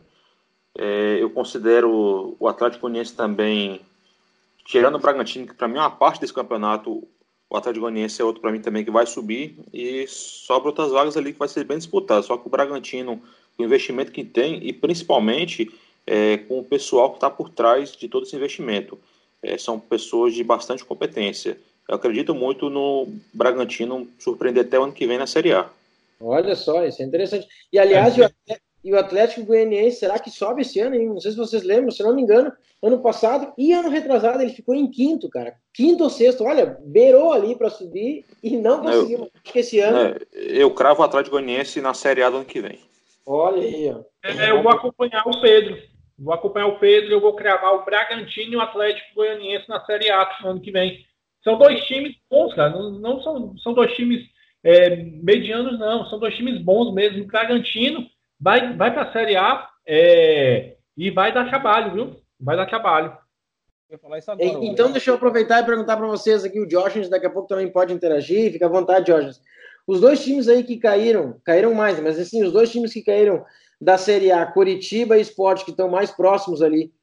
É, eu considero o Atlético Goianiense também, tirando o Bragantino, que para mim é uma parte desse campeonato, o Atlético Goianiense é outro para mim também que vai subir, e sobra outras vagas ali que vai ser bem disputado. Só que o Bragantino, o investimento que tem, e principalmente é, com o pessoal que está por trás de todo esse investimento, é, são pessoas de bastante competência. Eu acredito muito no Bragantino surpreender até o ano que vem na Série A. Olha só, isso é interessante. E aliás, é. E o Atlético Goianiense, será que sobe esse ano, hein? Não sei se vocês lembram, se não me engano, ano passado e ano retrasado ele ficou em quinto, cara. Quinto ou sexto, olha, beirou ali para subir e não conseguiu. Eu, Acho que esse ano... Eu cravo o Atlético Goianiense na Série A do ano que vem. Olha aí, ó. É, eu vou acompanhar o Pedro. Vou acompanhar o Pedro e eu vou cravar o Bragantino e o Atlético Goianiense na Série A do ano que vem. São dois times bons, cara. Não, não são, são dois times é, medianos, não. São dois times bons mesmo. O Bragantino vai, vai para a Série A é, e vai dar trabalho, viu? Vai dar trabalho. Eu falar isso agora, então, né? Deixa eu aproveitar e perguntar para vocês aqui. O Diógenes daqui a pouco também pode interagir. Fica à vontade, Diógenes. Os dois times aí que caíram, caíram mais, mas assim, os dois times que caíram da Série A, Coritiba e Sport, que estão mais próximos ali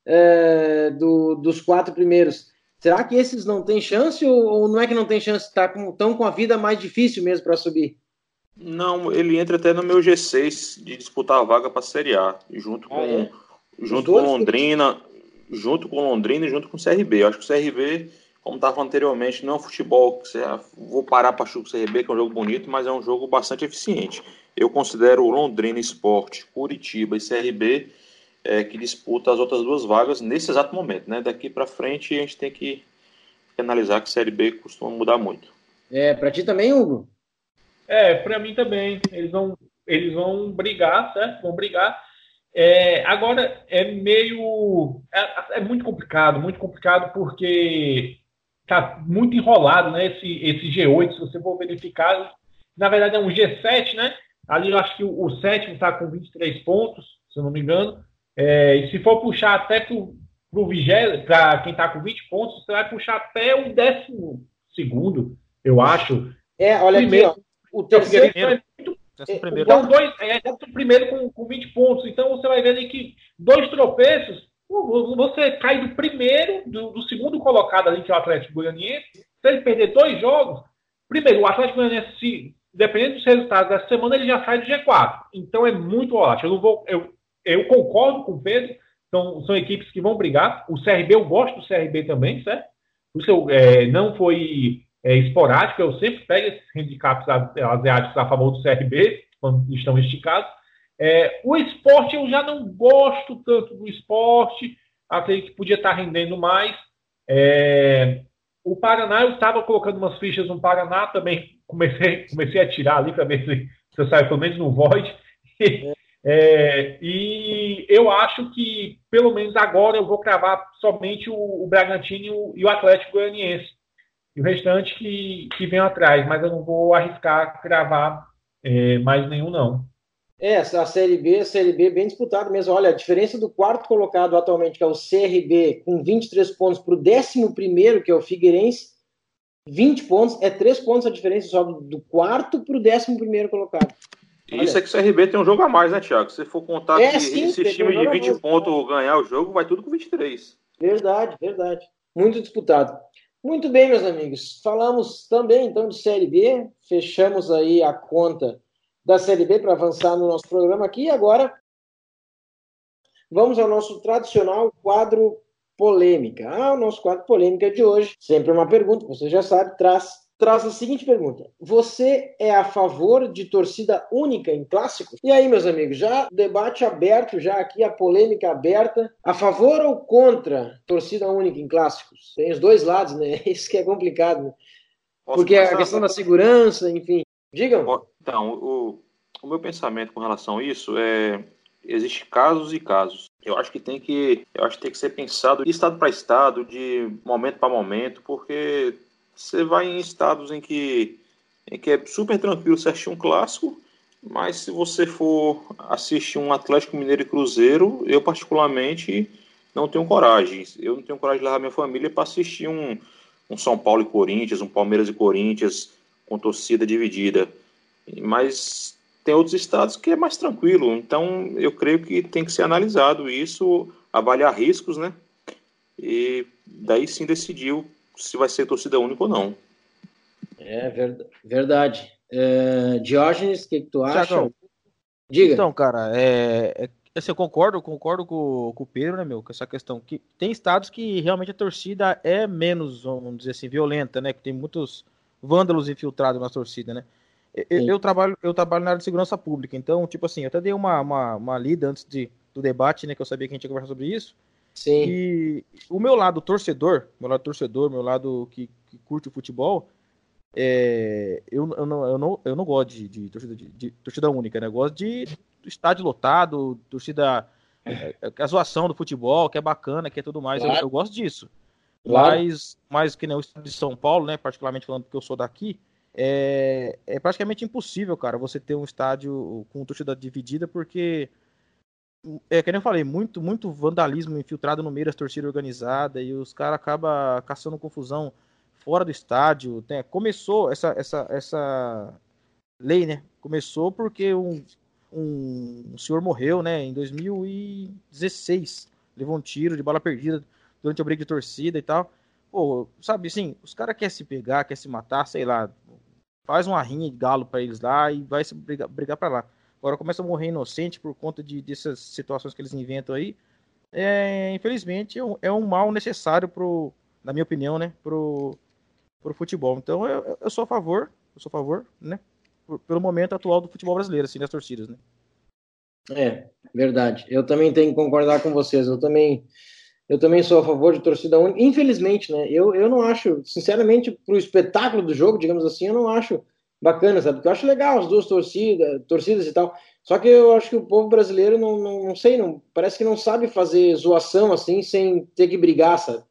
é, do, dos quatro primeiros. Será que esses não têm chance ou, ou não é que não tem chance? Estão com, com a vida mais difícil mesmo para subir? Não, ele entra até no meu G seis de disputar a vaga para a Série A, junto com, ah, é? junto com Londrina, que... junto com Londrina e junto com o C R B. Eu acho que o C R B, como estava anteriormente, não é um futebol que você, vou parar para chutar o C R B, que é um jogo bonito, mas é um jogo bastante eficiente. Eu considero o Londrina, Sport, Curitiba e C R B é, que disputa as outras duas vagas nesse exato momento, né? Daqui para frente a gente tem que analisar que a Série B costuma mudar muito. É, para ti também, Hugo? É, para mim também. Eles vão, eles vão brigar, certo? Vão brigar. É, agora, é meio... É, é muito complicado, muito complicado porque tá muito enrolado, né? Esse, esse G oito, se você for verificar, na verdade é um G sete, né? Ali eu acho que o, o sétimo está com vinte e três pontos, se eu não me engano. É, e se for puxar até para quem está com vinte pontos, você vai puxar até o décimo segundo, eu acho. É, olha primeiro, aqui, ó. O terceiro é muito... primeiro. Então, dois, é, é o primeiro com, com vinte pontos. Então, você vai ver ali que dois tropeços, você cai do primeiro, do, do segundo colocado ali, que é o Atlético Goianiense. Se ele perder dois jogos, primeiro, o Atlético Goianiense, se, dependendo dos resultados dessa semana, ele já sai do G quatro. Então, é muito volátil. Eu, não vou, eu, eu concordo com o Pedro. Então, são equipes que vão brigar. O C R B, eu gosto do C R B também, certo? Por isso, eu, é, não foi... É esporádico, eu sempre pego esses handicaps asiáticos a favor do C R B, quando estão esticados. É, o esporte, eu já não gosto tanto do esporte, acredito que podia estar rendendo mais. É, o Paraná, eu estava colocando umas fichas no Paraná, também comecei, comecei a tirar ali para ver se, se eu saio pelo menos no Void. É, e eu acho que, pelo menos agora, eu vou cravar somente o, o Bragantino e o Atlético Goianiense. E o restante que, que vem atrás, mas eu não vou arriscar cravar é, mais nenhum, não. É, a Série B, a Série B bem disputada mesmo. Olha, a diferença do quarto colocado atualmente, que é o C R B, com vinte e três pontos, para o décimo primeiro, que é o Figueirense, vinte pontos, é três pontos a diferença só do quarto para o décimo primeiro colocado. Olha. Isso é que o C R B tem um jogo a mais, né, Thiago? Se você for contar é, que sim, esses times de vinte pontos ganhar o jogo, vai tudo com vinte e três. Verdade, verdade. Muito disputado. Muito bem, meus amigos. Falamos também, então, de Série B. Fechamos aí a conta da Série B para avançar no nosso programa aqui. E agora, vamos ao nosso tradicional quadro polêmica. Ah, o nosso quadro polêmica de hoje, sempre uma pergunta, você já sabe, traz, traz a seguinte pergunta. Você é a favor de torcida única em clássicos? E aí, meus amigos, já debate aberto, já aqui a polêmica aberta. A favor ou contra torcida única em clássicos? Tem os dois lados, né? Isso que é complicado, né? Porque a questão da segurança, enfim. Digam. Então, o, o meu pensamento com relação a isso é... Existem casos e casos. Eu acho que tem que, eu acho que tem que ser pensado de estado para estado, de momento para momento, porque você vai em estados em que, em que é super tranquilo você assistir um clássico, mas se você for assistir um Atlético Mineiro e Cruzeiro, eu particularmente não tenho coragem. Eu não tenho coragem de levar minha família para assistir um, um São Paulo e Corinthians, um Palmeiras e Corinthians com torcida dividida. Mas tem outros estados que é mais tranquilo, então eu creio que tem que ser analisado isso, avaliar riscos, né? E daí sim decidir se vai ser torcida única ou não. É verdade. É, Diógenes, o que, que tu acha? Thiagão, diga. Então, cara, é, é, assim, eu concordo, concordo com, com o Pedro, né, meu, com essa questão que tem estados que realmente a torcida é menos, vamos dizer assim, violenta, né? Que tem muitos vândalos infiltrados na torcida, né? Eu, eu, trabalho, eu trabalho na área de segurança pública, então, tipo assim, eu até dei uma, uma, uma lida antes de, do debate, né, que eu sabia que a gente ia conversar sobre isso. Sim. E o meu lado torcedor, meu lado torcedor, meu lado que, que curte o futebol, é, eu, eu, não, eu, não, eu não gosto de, de, torcida, de, de torcida única, né? Eu gosto de estádio lotado, torcida, é, a zoação do futebol, que é bacana, que é tudo mais. Claro. Eu, eu gosto disso. Claro. Mas, mas que nem o estado de São Paulo, né, particularmente falando porque eu sou daqui, É, é praticamente impossível, cara, você ter um estádio com torcida dividida, porque é que nem eu falei, muito, muito vandalismo infiltrado no meio das torcidas organizadas e os caras acabam caçando confusão fora do estádio. Né? Começou essa, essa, essa lei, né? Começou porque um, um, um senhor morreu, né, em dois mil e dezesseis, levou um tiro de bala perdida durante a briga de torcida e tal. Pô, sabe assim, os caras querem se pegar, querem se matar, sei lá, faz uma rinha de galo pra eles lá e vai se brigar, brigar pra lá. Agora começa a morrer inocente por conta de, dessas situações que eles inventam aí. É, infelizmente, é um, é um mal necessário pro, na minha opinião, né, pro, pro futebol. Então, eu, eu sou a favor, eu sou a favor, né, por, pelo momento atual do futebol brasileiro, assim, das torcidas, né. É, verdade. Eu também tenho que concordar com vocês. Eu também... Eu também sou a favor de torcida única. Infelizmente, né? Eu, eu não acho, sinceramente, pro espetáculo do jogo, digamos assim, eu não acho bacana, sabe? Porque eu acho legal as duas torcidas, torcidas e tal. Só que eu acho que o povo brasileiro não, não, não sei, não, parece que não sabe fazer zoação assim sem ter que brigar, sabe?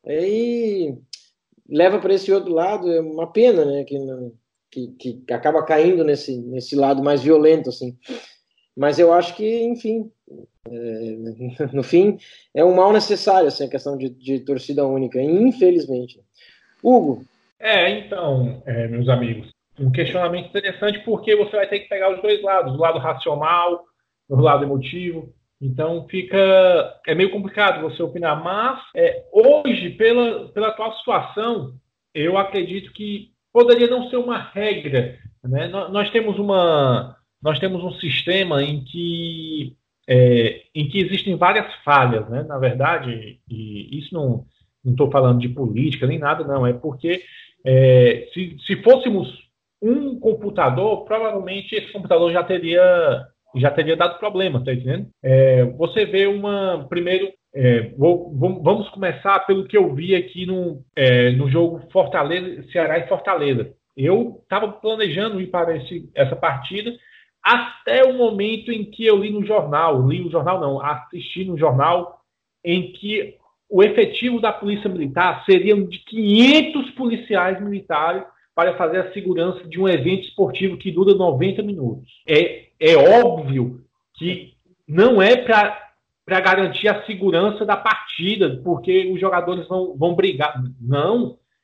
Aí leva para esse outro lado, é uma pena, né? Que, que, que acaba caindo nesse, nesse lado mais violento, assim. Mas eu acho que, enfim, é, no fim, é um mal necessário, assim, a questão de, de torcida única, infelizmente. Hugo? É, então, é, meus amigos, um questionamento interessante porque você vai ter que pegar os dois lados, o lado racional, o lado emotivo. Então fica, é meio complicado você opinar, mas é, hoje, pela, pela atual situação, eu acredito que poderia não ser uma regra, né? Nós, nós temos uma, nós temos um sistema em que, é, em que existem várias falhas, né? Na verdade, e isso não não estou falando de política nem nada, não, é porque é, se, se fôssemos um computador, provavelmente esse computador já teria já teria dado problema, tá entendendo? É, você vê uma... Primeiro, é, vou, vamos começar pelo que eu vi aqui no, é, no jogo Fortaleza, Ceará e Fortaleza. Eu estava planejando ir para esse, essa partida até o momento em que eu li no jornal, li no jornal não, assisti no jornal, em que o efetivo da Polícia Militar seria de quinhentos policiais militares para fazer a segurança de um evento esportivo que dura noventa minutos. É, é óbvio que não é para garantir a segurança da partida, porque os jogadores vão, vão brigar. Não,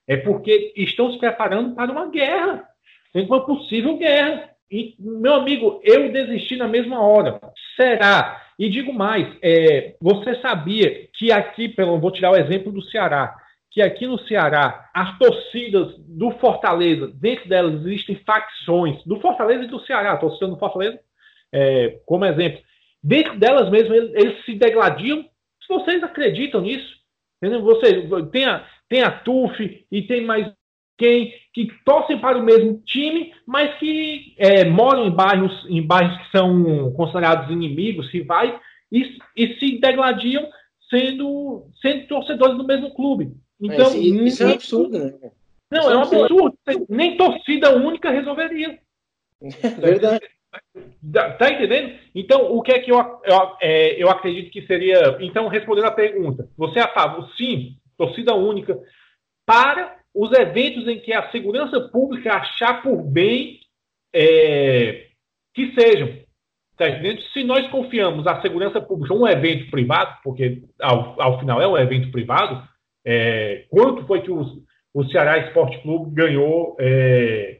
É porque estão se preparando para uma guerra, uma possível guerra. E, meu amigo, eu desisti na mesma hora. Será? E digo mais, é, você sabia que aqui, pelo, vou tirar o exemplo do Ceará, que aqui no Ceará, as torcidas do Fortaleza, dentro delas existem facções, do Fortaleza e do Ceará, estou citando do Fortaleza é, como exemplo. Dentro delas mesmo, eles, eles se degladiam. Se vocês acreditam nisso, entendeu? Você, tem, a, tem a T U F e tem mais quem que torcem para o mesmo time, mas que é, moram em bairros, em bairros que são considerados inimigos, rivais, e, e se degladiam sendo, sendo torcedores do mesmo clube. Então, é, isso, isso nem, é absurdo, né? Não, isso é um absurdo. Nem torcida única resolveria. É verdade. Tá entendendo? Então, o que é que eu, eu, é, eu acredito que seria... Então, respondendo a pergunta, você é a favor? Sim, torcida única para os eventos em que a segurança pública achar por bem é, que sejam. Tá entendendo? Se nós confiamos a segurança pública um evento privado, porque ao, ao final é um evento privado, é, quanto foi que os, o Ceará Esporte Clube ganhou, é,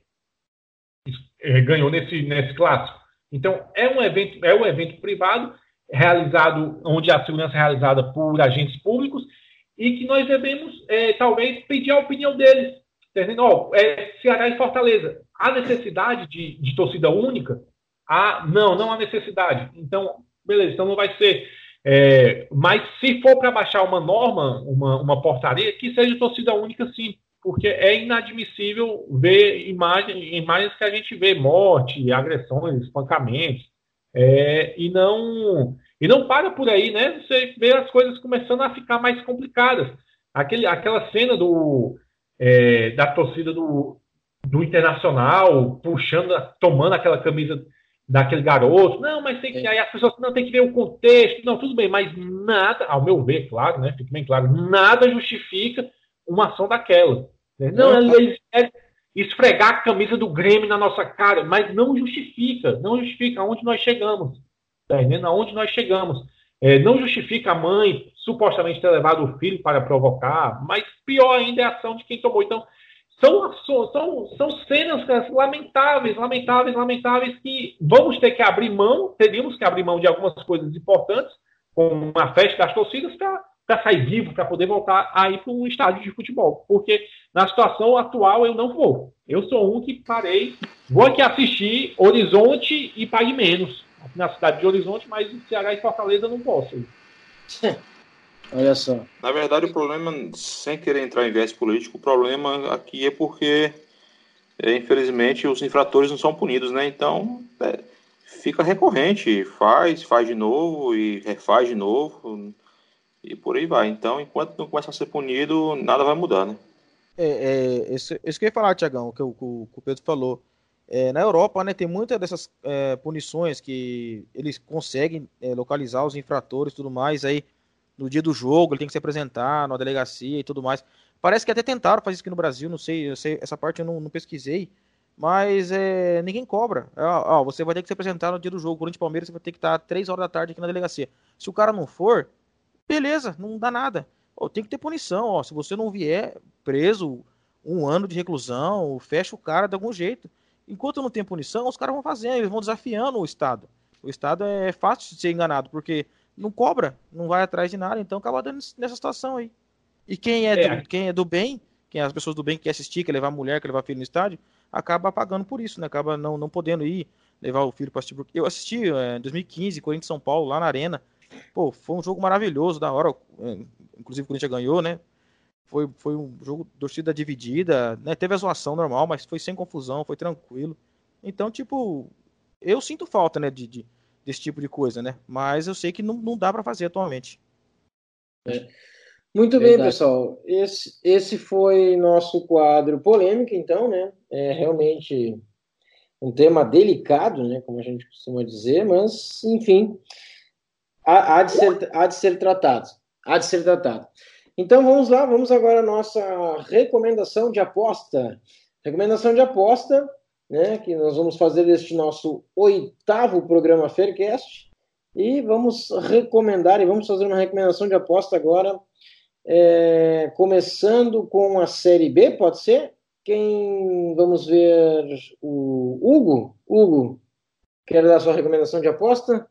é, ganhou nesse, nesse clássico? Então, é um evento, é um evento privado, realizado, onde a segurança é realizada por agentes públicos, e que nós devemos, é, talvez, pedir a opinião deles. Entendendo? Oh, é, Ceará e Fortaleza. Há necessidade de, de torcida única? Ah, não, não há necessidade. Então, beleza, então não vai ser. É, mas se for para baixar uma norma, uma, uma portaria, que seja torcida única, sim. Porque é inadmissível ver imagens, imagens que a gente vê, morte, agressões, espancamentos, é, e não e não para por aí, né? Você vê as coisas começando a ficar mais complicadas. Aquele, aquela cena do, é, da torcida do, do Internacional puxando, tomando aquela camisa daquele garoto. Não, mas tem que, aí as pessoas não tem que ver o contexto. Não, tudo bem, mas nada, ao meu ver, claro, né? Fique bem claro, nada justifica uma ação daquela. Não, eles querem esfregar a camisa do Grêmio na nossa cara, mas não justifica, não justifica aonde nós chegamos, tá entendendo? Aonde nós chegamos. É, não justifica a mãe supostamente ter levado o filho para provocar, mas pior ainda é a ação de quem tomou. Então, são, são, são cenas lamentáveis, lamentáveis, lamentáveis, que vamos ter que abrir mão, teríamos que abrir mão de algumas coisas importantes, como a festa das torcidas, para sair vivo, para poder voltar a ir para um estádio de futebol. Porque na situação atual eu não vou. Eu sou um que parei, vou aqui assistir Horizonte e pague menos. Aqui na cidade de Horizonte, mas em Ceará e Fortaleza eu não posso. Olha só. Na verdade, o problema, sem querer entrar em viés político, o problema aqui é porque, é, infelizmente, os infratores não são punidos, né? Então, é, fica recorrente, faz, faz de novo e refaz de novo. E por aí vai. Então, enquanto não começa a ser punido, nada vai mudar, né? É, é isso, isso que eu ia falar, Tiagão, o que o, que o Pedro falou. É, na Europa, né, tem muitas dessas é, punições que eles conseguem é, localizar os infratores e tudo mais. Aí, no dia do jogo, ele tem que se apresentar na delegacia e tudo mais. Parece que até tentaram fazer isso aqui no Brasil, não sei, eu sei essa parte eu não, não pesquisei. Mas é, ninguém cobra. É, ó, você vai ter que se apresentar no dia do jogo. Corinthians e Palmeiras, você vai ter que estar três horas da tarde aqui na delegacia. Se o cara não for, beleza, não dá nada. Ó, tem que ter punição, ó. Se você não vier preso, um ano de reclusão, fecha o cara de algum jeito. Enquanto não tem punição, os caras vão fazendo, eles vão desafiando o Estado. O Estado é fácil de ser enganado, porque não cobra, não vai atrás de nada, então acaba dando nessa situação aí. E quem é, é. Do, quem é do bem, quem é as pessoas do bem que quer assistir, quer levar mulher, quer levar filho no estádio, acaba pagando por isso, né? Acaba não, não podendo ir, levar o filho para assistir. Eu assisti é, em dois mil e quinze, Corinthians São Paulo, lá na Arena. Pô, foi um jogo maravilhoso, da hora. Inclusive o Corinthians ganhou, né? Foi, foi um jogo de torcida dividida, né? Teve a zoação normal, mas foi sem confusão, foi tranquilo. Então, tipo, eu sinto falta, né, de, de, desse tipo de coisa, né? Mas eu sei que não, não dá para fazer atualmente. É. Muito Verdade. Bem, pessoal. Esse, esse foi nosso quadro polêmico, então, né? É realmente um tema delicado, né? Como a gente costuma dizer, mas, enfim, há, há, de, ser, há de ser tratado. Há de ser tratado. Então, vamos lá. Vamos agora à nossa recomendação de aposta. Recomendação de aposta, né? Que nós vamos fazer este nosso oitavo programa Faircast. E vamos recomendar, e vamos fazer uma recomendação de aposta agora É, começando com a Série B, pode ser? Quem, vamos ver, o Hugo? Hugo, quer dar sua recomendação de aposta?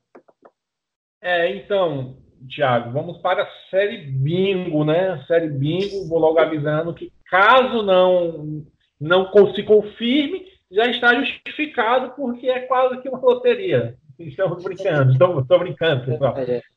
É, então, Thiago, vamos para a Série Bingo, né? Série Bingo, vou logo avisando que caso não, não se confirme, já está justificado, porque é quase que uma loteria. Estamos brincando, estou, estou brincando, pessoal.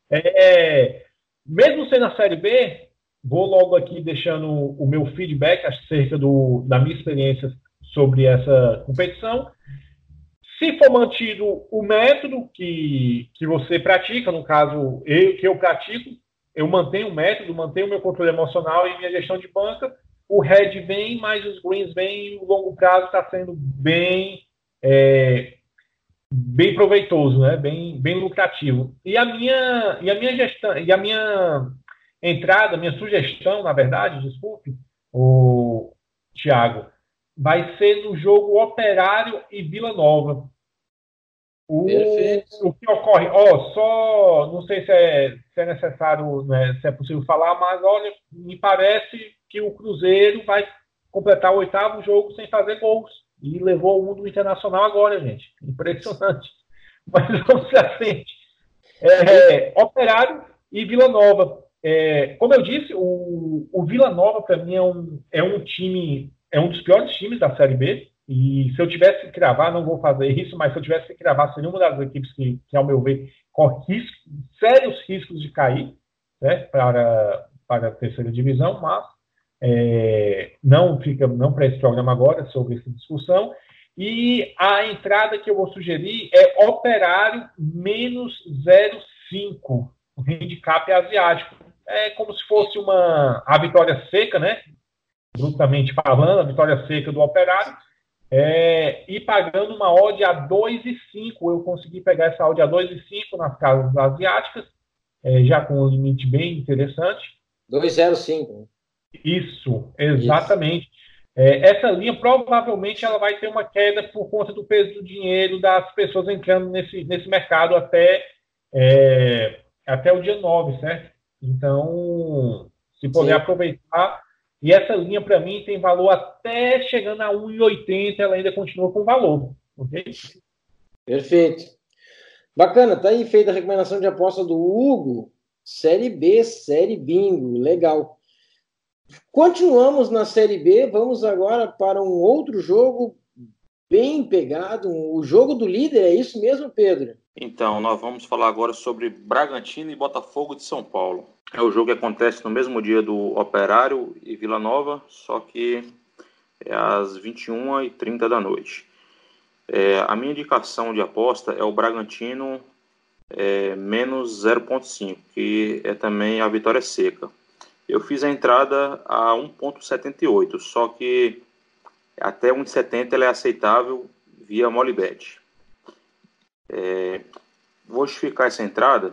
É, mesmo sendo a Série B, vou logo aqui deixando o meu feedback acerca do, da minha experiência sobre essa competição. Se for mantido o método que, que você pratica, no caso, eu, que eu pratico, eu mantenho o método, mantenho o meu controle emocional e minha gestão de banca, o red vem, mas os greens vêm, e o longo prazo está sendo bem, é, bem proveitoso, né? bem, bem lucrativo. E a minha, e a minha gestão, e a minha entrada, minha sugestão, na verdade, desculpe, o Thiago, vai ser no jogo Operário e Vila Nova. O, o que ocorre, ó, oh, só não sei se é, se é necessário, né, se é possível falar, mas olha, me parece que o Cruzeiro vai completar o oitavo jogo sem fazer gols. E levou o um do Internacional agora, gente. Impressionante. Mas vamos à frente. É, Operário e Vila Nova. É, como eu disse, o, o Vila Nova, para mim, é um, é um time, é um dos piores times da Série B. E se eu tivesse que cravar, não vou fazer isso, mas se eu tivesse que cravar, seria uma das equipes que, que ao meu ver, corre risco, sérios riscos de cair, né, para, para a terceira divisão, mas é, não fica, não para esse programa agora sobre essa discussão. E a entrada que eu vou sugerir é Operário menos zero vírgula cinco, o handicap asiático. É como se fosse uma a vitória seca, né? Brutamente falando, a vitória seca do Operário. É, e pagando uma odd a dois vírgula cinco. Eu consegui pegar essa odd a dois vírgula cinco nas casas asiáticas, é, já com um limite bem interessante. dois vírgula zero cinco. Isso, exatamente. Isso. É, essa linha provavelmente ela vai ter uma queda por conta do peso do dinheiro das pessoas entrando nesse, nesse mercado até, é, até o dia nove, certo? Então, se puder Sim. aproveitar. E essa linha, para mim, tem valor até chegando a um vírgula oitenta, ela ainda continua com valor. Ok? Perfeito. Bacana, tá aí feita a recomendação de aposta do Hugo. Série B, Série Bingo. Legal. Continuamos na Série B, vamos agora para um outro jogo bem pegado, o jogo do líder, é isso mesmo, Pedro? Então, nós vamos falar agora sobre Bragantino e Botafogo de São Paulo. É o jogo que acontece no mesmo dia do Operário e Vila Nova, só que é às vinte e uma e trinta da noite. É, a minha indicação de aposta é o Bragantino é, menos zero vírgula cinco, que é também a vitória seca. Eu fiz a entrada a um vírgula setenta e oito, só que até um vírgula setenta ela é aceitável via Molibet. É, vou justificar essa entrada.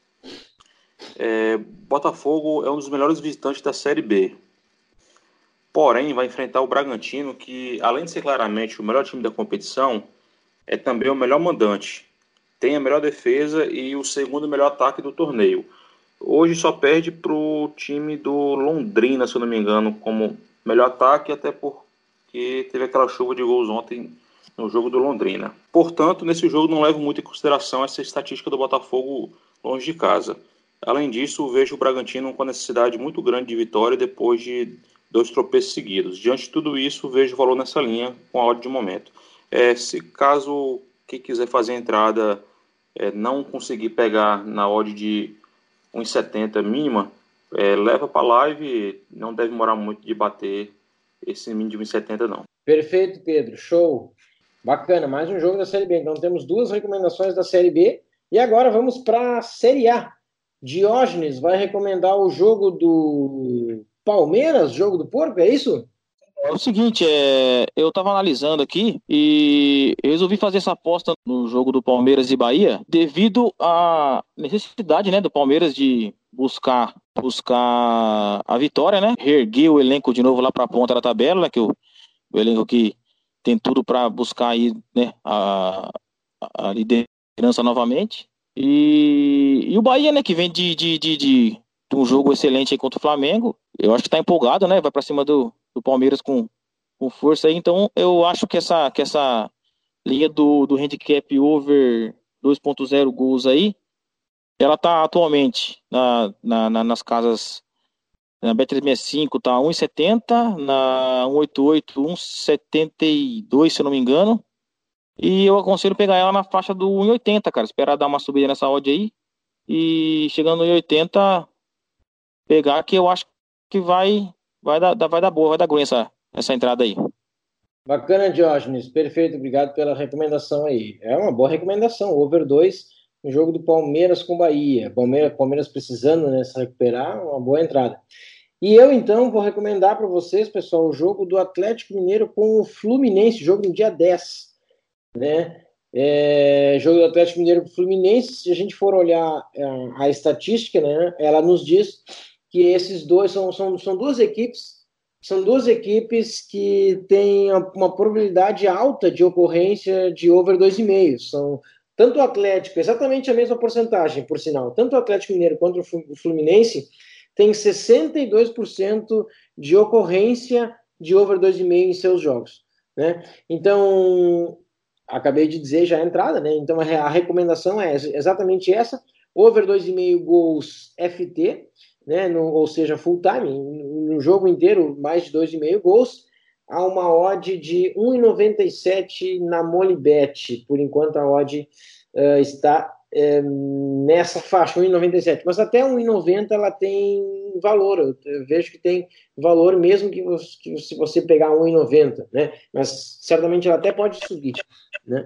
É, Botafogo é um dos melhores visitantes da Série B. Porém, vai enfrentar o Bragantino, que além de ser claramente o melhor time da competição, é também o melhor mandante. Tem a melhor defesa e o segundo melhor ataque do torneio. Hoje só perde para o time do Londrina, se eu não me engano, como melhor ataque, até porque teve aquela chuva de gols ontem no jogo do Londrina. Portanto, nesse jogo não levo muito em consideração essa estatística do Botafogo longe de casa. Além disso, vejo o Bragantino com a necessidade muito grande de vitória depois de dois tropeços seguidos. Diante de tudo isso, vejo valor nessa linha com a odd de momento. É, se caso quem quiser fazer a entrada é, não conseguir pegar na odd de um vírgula setenta mínima, é, leva para a live, não deve demorar muito de bater esse mínimo de um vírgula setenta não. Perfeito, Pedro, show. Bacana, mais um jogo da Série B. Então temos duas recomendações da Série B e agora vamos para a Série A. Diógenes vai recomendar o jogo do Palmeiras, jogo do Porco, é isso? É o seguinte, é, eu estava analisando aqui e resolvi fazer essa aposta no jogo do Palmeiras e Bahia devido à necessidade, né, do Palmeiras de buscar, buscar a vitória, né? Reerguer o elenco de novo lá para a ponta da tabela, né, que o, o elenco que tem tudo para buscar aí, né, a, a liderança novamente. E, e o Bahia, né, que vem de, de, de, de de um jogo excelente aí contra o Flamengo. Eu acho que tá empolgado, né? Vai para cima do, do Palmeiras com, com força aí. Então, eu acho que essa, que essa linha do, do handicap over dois ponto zero gols aí, ela tá atualmente na, na, na, nas casas, na Bet trezentos e sessenta e cinco tá um e setenta, na cento e oitenta e oito um e setenta e dois, se eu não me engano. E eu aconselho pegar ela na faixa do um e oitenta, cara. Esperar dar uma subida nessa odd aí. E chegando no um e oitenta, pegar, que eu acho que vai, vai, dar, vai dar boa, vai dar green essa, essa entrada aí. Bacana, Diógenes. Perfeito, obrigado pela recomendação aí. É uma boa recomendação. Over dois no jogo do Palmeiras com Bahia. Palmeiras, Palmeiras precisando, né, se recuperar, uma boa entrada. E eu, então, vou recomendar para vocês, pessoal, o jogo do Atlético Mineiro com o Fluminense, jogo no dia dez. Né? É, jogo do Atlético Mineiro com o Fluminense. Se a gente for olhar a, a estatística, né, ela nos diz que esses dois são, são, são duas equipes são duas equipes que têm uma probabilidade alta de ocorrência de over dois vírgula cinco. São tanto o Atlético, exatamente a mesma porcentagem, por sinal, tanto o Atlético Mineiro quanto o Fluminense tem sessenta e dois por cento de ocorrência de over dois vírgula cinco em seus jogos. Né? Então, acabei de dizer já a entrada, né? Então a recomendação é exatamente essa, over dois vírgula cinco gols F T, né, no, ou seja, full time, no jogo inteiro, mais de dois vírgula cinco gols, há uma odd de um e noventa e sete na Molibet, por enquanto a odd uh, está uh, nessa faixa, um e noventa e sete, mas até um e noventa ela tem valor, eu, eu vejo que tem valor mesmo que, você, que se você pegar um e noventa, né, mas certamente ela até pode subir, né.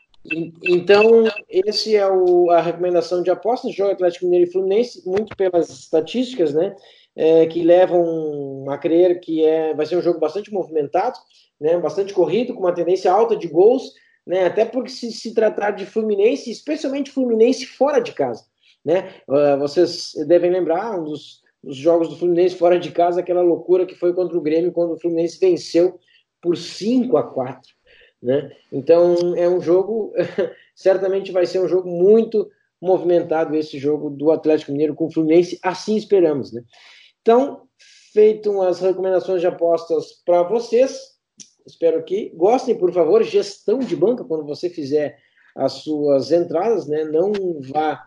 Então, esse é o, a recomendação de apostas, jogo Atlético Mineiro e Fluminense, muito pelas estatísticas, né, é, que levam a crer que é, vai ser um jogo bastante movimentado, né, bastante corrido, com uma tendência alta de gols, né, até porque se, se tratar de Fluminense, especialmente Fluminense fora de casa, né, uh, vocês devem lembrar, um dos, dos jogos do Fluminense fora de casa, aquela loucura que foi contra o Grêmio, quando o Fluminense venceu por cinco a quatro. Né? Então é um jogo, certamente vai ser um jogo muito movimentado, esse jogo do Atlético Mineiro com o Fluminense, assim esperamos, né? Então, feito as recomendações de apostas para vocês, espero que gostem, por favor, gestão de banca, quando você fizer as suas entradas, né? Não vá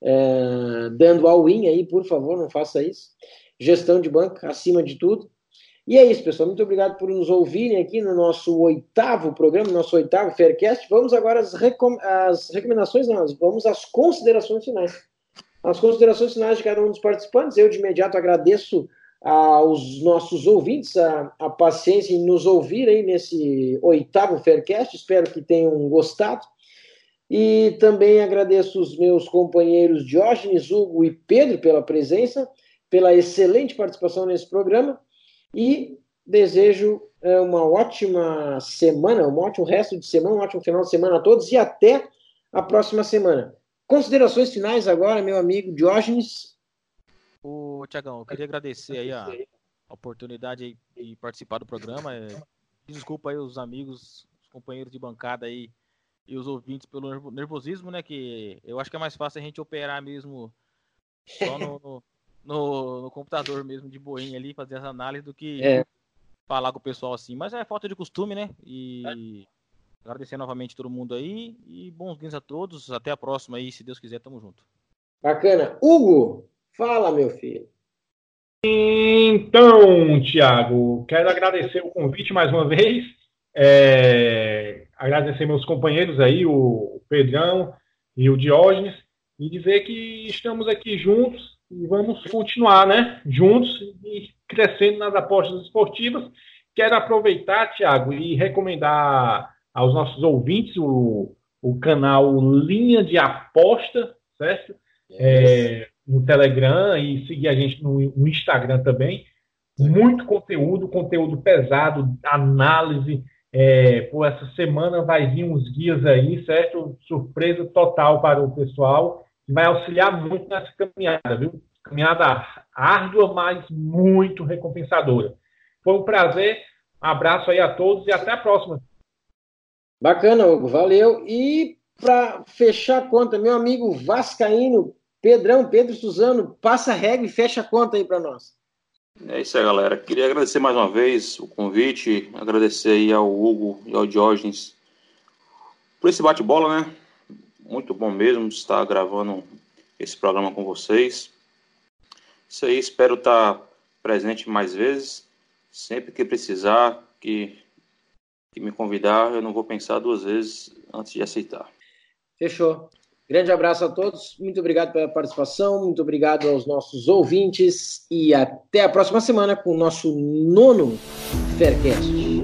é, dando all-in aí, por favor, não faça isso, gestão de banca acima de tudo. E é isso, pessoal. Muito obrigado por nos ouvirem aqui no nosso oitavo programa, no nosso oitavo Faircast. Vamos agora às, recom- às recomendações, não, vamos às considerações finais. As considerações finais de cada um dos participantes. Eu, de imediato, agradeço aos nossos ouvintes a, a paciência em nos ouvir aí nesse oitavo Faircast. Espero que tenham gostado. E também agradeço os meus companheiros Diógenes, Hugo e Pedro pela presença, pela excelente participação nesse programa. E desejo é, uma ótima semana, um ótimo resto de semana, um ótimo final de semana a todos e até a próxima semana. Considerações finais agora, meu amigo Diógenes. Ô, Tiagão, eu queria agradecer aí a, a oportunidade de participar do programa. É, desculpa aí os amigos, os companheiros de bancada aí e os ouvintes pelo nervosismo, né? Que eu acho que é mais fácil a gente operar mesmo só no... no... No, no computador mesmo, de boinha ali, fazer essa análise do que é. falar com o pessoal assim. Mas é falta de costume, né? E é. agradecer novamente todo mundo aí e bons dias a todos. Até a próxima aí, se Deus quiser, tamo junto. Bacana. Hugo, fala, meu filho. Então, Thiago, quero agradecer o convite mais uma vez. É, agradecer meus companheiros aí, o Pedrão e o Diógenes, e dizer que estamos aqui juntos. E vamos continuar, né, juntos e crescendo nas apostas esportivas. Quero aproveitar, Thiago, e recomendar aos nossos ouvintes o, o canal Linha de Aposta, certo? É, no Telegram e seguir a gente no, no Instagram também. Muito conteúdo, conteúdo pesado, análise. É, por essa semana vai vir uns guias aí, certo? Surpresa total para o pessoal. Vai auxiliar muito nessa caminhada, viu? Caminhada árdua, mas muito recompensadora. Foi um prazer, um abraço aí a todos e até a próxima. Bacana, Hugo, valeu. E para fechar a conta, meu amigo vascaíno Pedrão, Pedro Suzano, passa a régua e fecha a conta aí para nós. É isso aí, galera. Queria agradecer mais uma vez o convite, agradecer aí ao Hugo e ao Diógenes por esse bate-bola, né? Muito bom mesmo estar gravando esse programa com vocês. Isso aí, espero estar presente mais vezes. Sempre que precisar, que, que me convidar, eu não vou pensar duas vezes antes de aceitar. Fechou. Grande abraço a todos, muito obrigado pela participação, muito obrigado aos nossos ouvintes e até a próxima semana com o nosso nono Faircast.